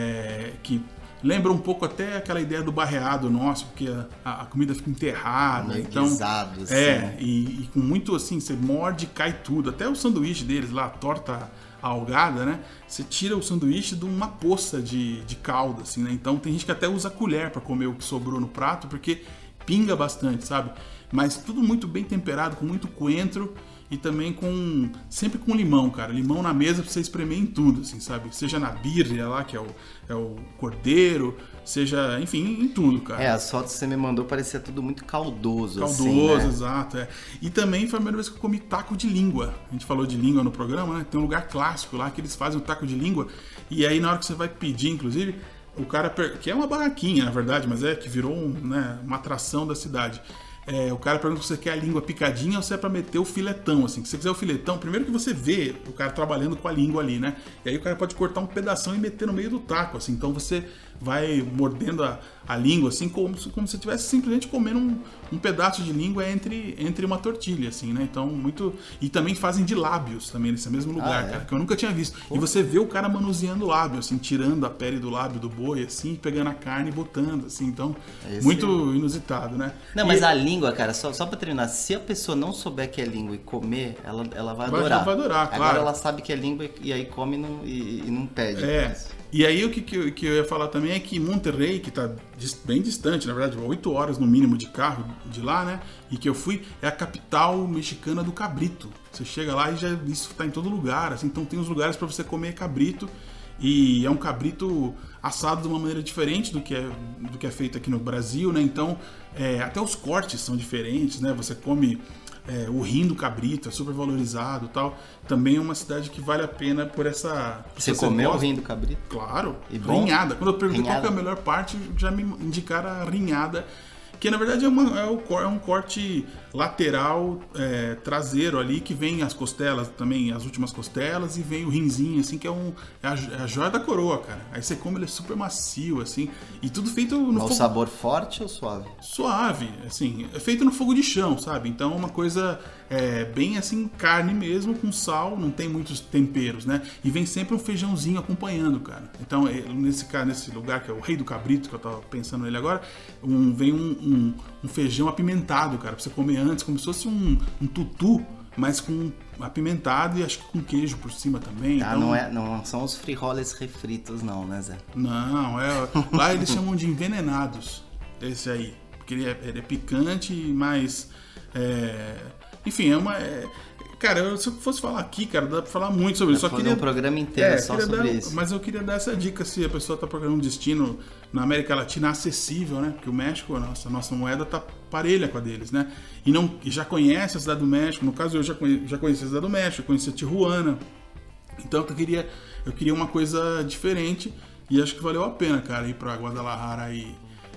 é, que lembra um pouco até aquela ideia do barreado nosso, porque a, a comida fica enterrada, Meio então guisado, assim. é, e, e com muito assim, você morde e cai tudo, até o sanduíche deles lá, a torta algada, né? Você tira o sanduíche de uma poça de, de caldo, assim, né? Então tem gente que até usa colher para comer o que sobrou no prato, porque pinga bastante, sabe? Mas tudo muito bem temperado, com muito coentro e também com, sempre com limão, cara. Limão na mesa pra você espremer em tudo, assim, sabe? Seja na birria lá, que é o, é o cordeiro, seja, enfim, em tudo, cara. É, as fotos que você me mandou parecia tudo muito caldoso, Caldoso, assim, né? exato, é. E também foi a primeira vez que eu comi taco de língua. A gente falou de língua no programa, né? Tem um lugar clássico lá que eles fazem o taco de língua. E aí, na hora que você vai pedir, inclusive, o cara... Que é uma barraquinha, na verdade, mas é que virou um, né, uma atração da cidade. É, o cara pergunta se você quer a língua picadinha ou se é pra meter o filetão, assim. Se você quiser o filetão, primeiro que você vê o cara trabalhando com a língua ali, né? E aí o cara pode cortar um pedação e meter no meio do taco, assim. Então você vai mordendo a, a língua, assim, como, como se estivesse simplesmente comendo um, um pedaço de língua entre, entre uma tortilha, assim, né? Então, muito... E também fazem de lábios, também, nesse mesmo lugar, Ah, é? cara, que eu nunca tinha visto. Pô. E você vê o cara manuseando o lábio, assim, tirando a pele do lábio do boi, assim, pegando a carne e botando, assim. Então, Esse... muito inusitado, né? Não, e... mas a língua, cara, só, só pra terminar, se a pessoa não souber que é língua e comer, ela, ela vai adorar. Vai, vai adorar, Agora claro. ela sabe que é língua e, e aí come e não, e, e não pede. É, Mas... e aí o que, que, eu, que eu ia falar também é que Monterrey, que tá bem distante, na verdade, oito horas no mínimo de carro de lá, né? E que eu fui, é a capital mexicana do cabrito. Você chega lá e já isso tá em todo lugar, assim, então tem uns lugares para você comer cabrito. E é um cabrito assado de uma maneira diferente do que é, do que é feito aqui no Brasil, né? Então, é, até os cortes são diferentes, né? Você come é, o rim do cabrito, é super valorizado e tal. Também é uma cidade que vale a pena por essa... Por Você comeu o rim do cabrito? Claro. E bom? Rinhada. Quando eu perguntei Rinhada. qual que é a melhor parte, já me indicaram a rinhada, que na verdade é, uma, é, o, é um corte lateral é, traseiro ali, que vem as costelas também, as últimas costelas, e vem o rinzinho, assim, que é, um, é, a, é a joia da coroa, cara. Aí você come, ele é super macio, assim, e tudo feito no Mas fogo... o sabor forte ou suave? Suave, assim, é feito no fogo de chão, sabe? Então é uma coisa é, bem assim, carne mesmo, com sal, não tem muitos temperos, né? E vem sempre um feijãozinho acompanhando, cara. Então, nesse, nesse lugar, que é o Rei do Cabrito, que eu tava pensando nele agora, um, vem um, um, um feijão apimentado, cara, pra você comer antes, como se fosse um, um tutu, mas com apimentado e acho que com queijo por cima também. Ah, então... não, é, não são os frijoles refritos não, né, Zé? Não, é, lá eles chamam de envenenados, esse aí. Porque ele é, ele é picante, mas... É, enfim, é uma... É, cara, eu, se eu fosse falar aqui, cara, dá pra falar muito sobre isso. Só queria um programa inteiro é, só sobre dar, isso. Mas eu queria dar essa dica se a pessoa tá procurando um destino na América Latina acessível, né? Porque o México, a nossa, a nossa moeda tá parelha com a deles, né? E, não, e já conhece a cidade do México. No caso, eu já, conhe, já conheci a cidade do México, conheci a Tijuana. Então eu queria, eu queria uma coisa diferente e acho que valeu a pena, cara, ir pra Guadalajara e...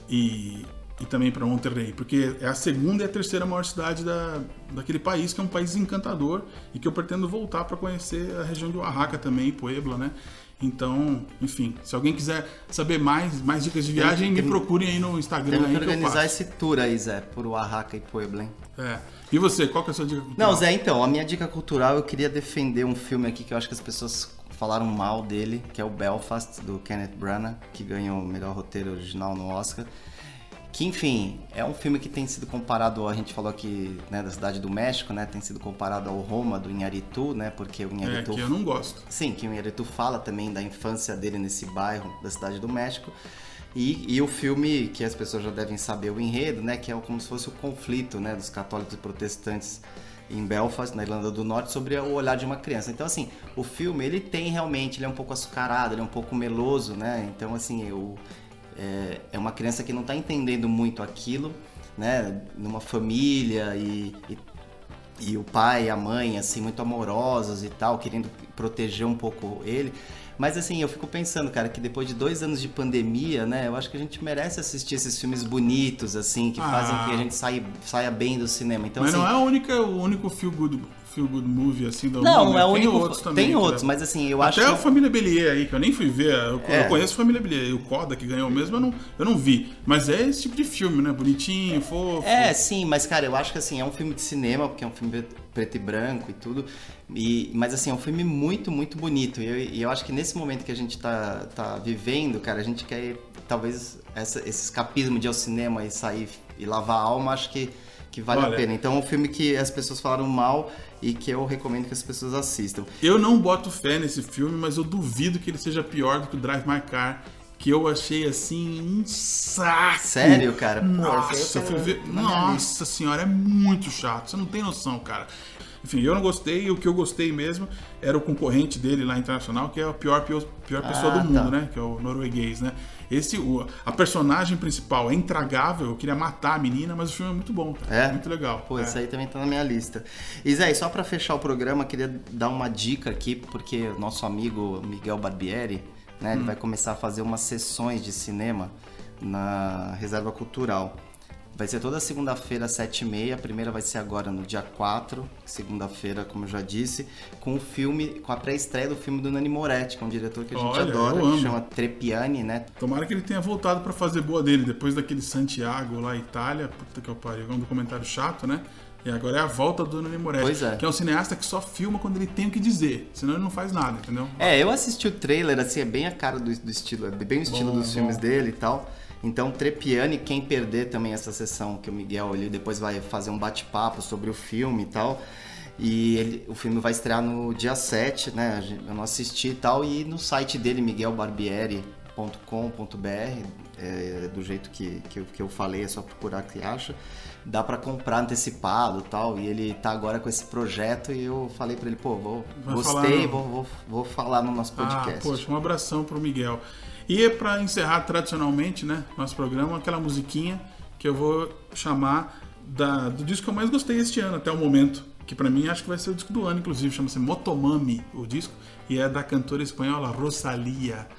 e e também para Monterrey, porque é a segunda e a terceira maior cidade da, daquele país, que é um país encantador e que eu pretendo voltar para conhecer a região de Oaxaca também, Puebla, né? Então, enfim, se alguém quiser saber mais, mais dicas de viagem, tem, me tem, procurem aí no Instagram. Temos aí que organizar que esse tour aí, Zé, por Oaxaca e Puebla, hein? É. E você, qual que é a sua dica cultural? Não, Zé, então, a minha dica cultural, eu queria defender um filme aqui que eu acho que as pessoas falaram mal dele, que é o Belfast, do Kenneth Branagh, que ganhou o melhor roteiro original no Oscar. Que, enfim, é um filme que tem sido comparado, a gente falou aqui, né, da Cidade do México, né, tem sido comparado ao Roma, do Inharitu, né, porque o Inharitu... É, que eu não gosto. Sim, que o Inharitu fala também da infância dele nesse bairro da Cidade do México. E, e o filme, que as pessoas já devem saber o enredo, né, que é como se fosse o conflito, né, dos católicos e protestantes em Belfast, na Irlanda do Norte, sobre o olhar de uma criança. Então, assim, o filme, ele tem realmente, ele é um pouco açucarado, ele é um pouco meloso, né, então, assim, eu... É, é uma criança que não está entendendo muito aquilo, né? Numa família e, e, e o pai e a mãe, assim, muito amorosos e tal, querendo proteger um pouco ele. Mas, assim, eu fico pensando, cara, que depois de dois anos de pandemia, né? Eu acho que a gente merece assistir esses filmes bonitos, assim, que ah. fazem que a gente saia, saia bem do cinema. Então, mas assim, não é a única, o único feel good... feel good movie assim do Não, mundo, não é o tem único. outros também. Tem outros, cara. mas assim, eu Até acho. Até a Família Bélier aí, que eu nem fui ver. Eu, é. eu conheço a Família Bélier. E o Coda, que ganhou mesmo, eu não, eu não vi. Mas é esse tipo de filme, né? Bonitinho, fofo. É, sim, mas cara, eu acho que assim, é um filme de cinema, porque é um filme preto e branco e tudo. E, mas assim, é um filme muito, muito bonito. E eu, e eu acho que nesse momento que a gente tá, tá vivendo, cara, a gente quer talvez essa, esse escapismo de ir ao cinema e sair e lavar a alma, acho que. que vale Olha, a pena. Então é um filme que as pessoas falaram mal e que eu recomendo que as pessoas assistam. Eu não boto fé nesse filme, mas eu duvido que ele seja pior do que o Drive My Car, que eu achei assim um saco. Sério, cara? Nossa, eu fui ver... Nossa senhora, é muito chato. Você não tem noção, cara. Enfim, eu não gostei, o que eu gostei mesmo era o concorrente dele lá internacional, que é a pior, pior, pior pessoa ah, do mundo, tá. né? Que é o norueguês, né? Esse, o, a personagem principal é intragável, eu queria matar a menina, mas o filme é muito bom, cara. É? Muito legal. Pô, é. Isso aí também tá na minha lista. E Zé, só pra fechar o programa, queria dar uma dica aqui, porque o nosso amigo Miguel Barbieri, né? Hum. Ele vai começar a fazer umas sessões de cinema na Reserva Cultural. Vai ser toda segunda-feira, às sete e meia. A primeira vai ser agora no dia quatro, segunda-feira, como eu já disse, com o filme, com a pré-estreia do filme do Nanni Moretti, que é um diretor que a gente Olha, adora, que chama Trepiani, né? Tomara que ele tenha voltado pra fazer boa dele, depois daquele Santiago lá, Itália, puta que eu pariu, é um documentário chato, né? E agora é a volta do Nanni Moretti, pois é. que é um cineasta que só filma quando ele tem o que dizer, senão ele não faz nada, entendeu? É, eu assisti o trailer, assim, é bem a cara do, do estilo, é bem o estilo bom, dos bom. filmes dele e tal. Então, Trepiani, quem perder também essa sessão, que o Miguel ele depois vai fazer um bate-papo sobre o filme e tal. E ele, o filme vai estrear no dia sete, né? Eu não assisti e tal. E no site dele, miguel barbieri ponto com ponto b r, é, do jeito que, que, eu, que eu falei, é só procurar que acha. Dá pra comprar antecipado e tal. E ele tá agora com esse projeto e eu falei pra ele, pô, vou, gostei, vou, vou, vou falar no nosso podcast. Ah, poxa, um abração pro Miguel. E é para encerrar tradicionalmente, né, nosso programa, aquela musiquinha que eu vou chamar da, do disco que eu mais gostei este ano, até o momento. Que para mim acho que vai ser o disco do ano, inclusive. Chama-se Motomami, o disco. E é da cantora espanhola Rosalía.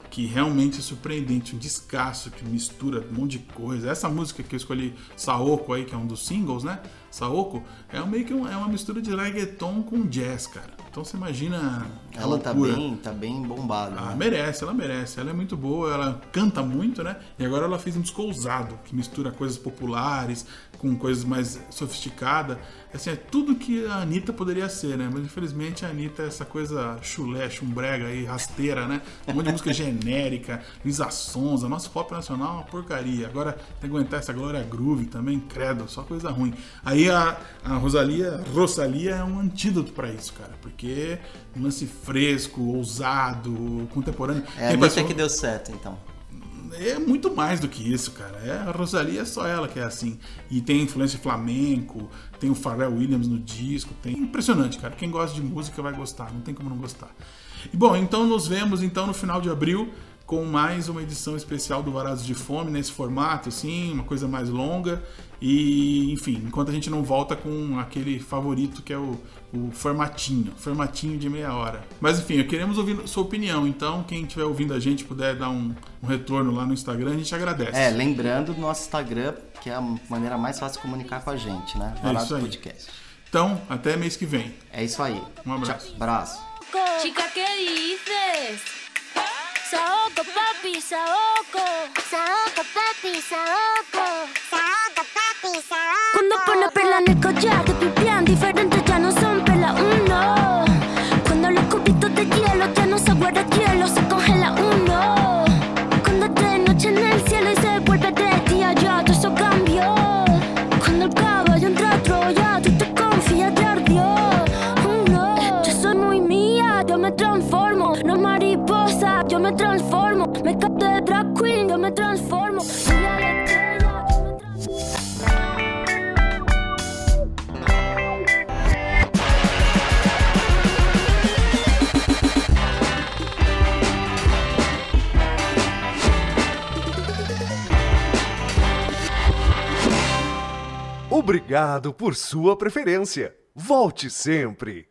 que realmente é surpreendente, um descasso que mistura um monte de coisa. Essa música que eu escolhi, Saoko aí, que é um dos singles, né? Saoko, é meio que um, é uma mistura de reggaeton com jazz, cara. Então você imagina a Ela tá loucura. bem, tá bem bombada. Ah, né? merece, ela merece. Ela é muito boa, ela canta muito, né? E agora ela fez um disco ousado, que mistura coisas populares com coisas mais sofisticadas. Assim, é tudo que a Anitta poderia ser, né? Mas infelizmente a Anitta é essa coisa chulé, chumbrega aí, rasteira, né? Um monte de música genérica, Luísa Sonza, nosso pop nacional é uma porcaria. Agora tem que aguentar essa Glória Groove também, credo, só coisa ruim. Aí a, a Rosalia, Rosalia é um antídoto pra isso, cara, porque um lance fresco, ousado, contemporâneo. É a Tem Anitta pessoa- que deu certo, então. é muito mais do que isso, cara. É, a Rosalia é só ela que é assim. E tem influência flamenco, tem o Pharrell Williams no disco. Tem impressionante, cara. Quem gosta de música vai gostar, não tem como não gostar. E bom, então nos vemos então no final de abril com mais uma edição especial do Varados de Fome, nesse formato, assim, uma coisa mais longa. E, enfim, enquanto a gente não volta com aquele favorito que é o, o formatinho, formatinho de meia hora. Mas, enfim, queremos ouvir sua opinião. Então, quem estiver ouvindo a gente puder dar um, um retorno lá no Instagram, a gente agradece. É, lembrando do nosso Instagram, que é a maneira mais fácil de comunicar com a gente, né? É Varados isso aí. Podcast. Então, até mês que vem. É isso aí. Um abraço. Tchau. Abraço. Chica, ¿qué dices? Saoko, papi, Saoko. Saoko, papi, Saoko. Saoko, papi, Saoko. Cuando pone perla en el collar, te pipián diferentes, ya no son perla uno. Cuando los cubitos de hielo ya no se guarda hielo, se congela uno. Cuando es de noche en el cielo y se vuelve de día, ya todo eso cambió. Cuando el caballo entra a Troya, tú te confías, te ardió. Uno, yo soy muy mía, yo me transformo. No mariposa, yo me transformo. Me capté de drag queen, yo me transformo. Mira la estrella, yo me transformo. Obrigado por sua preferência. Volte sempre.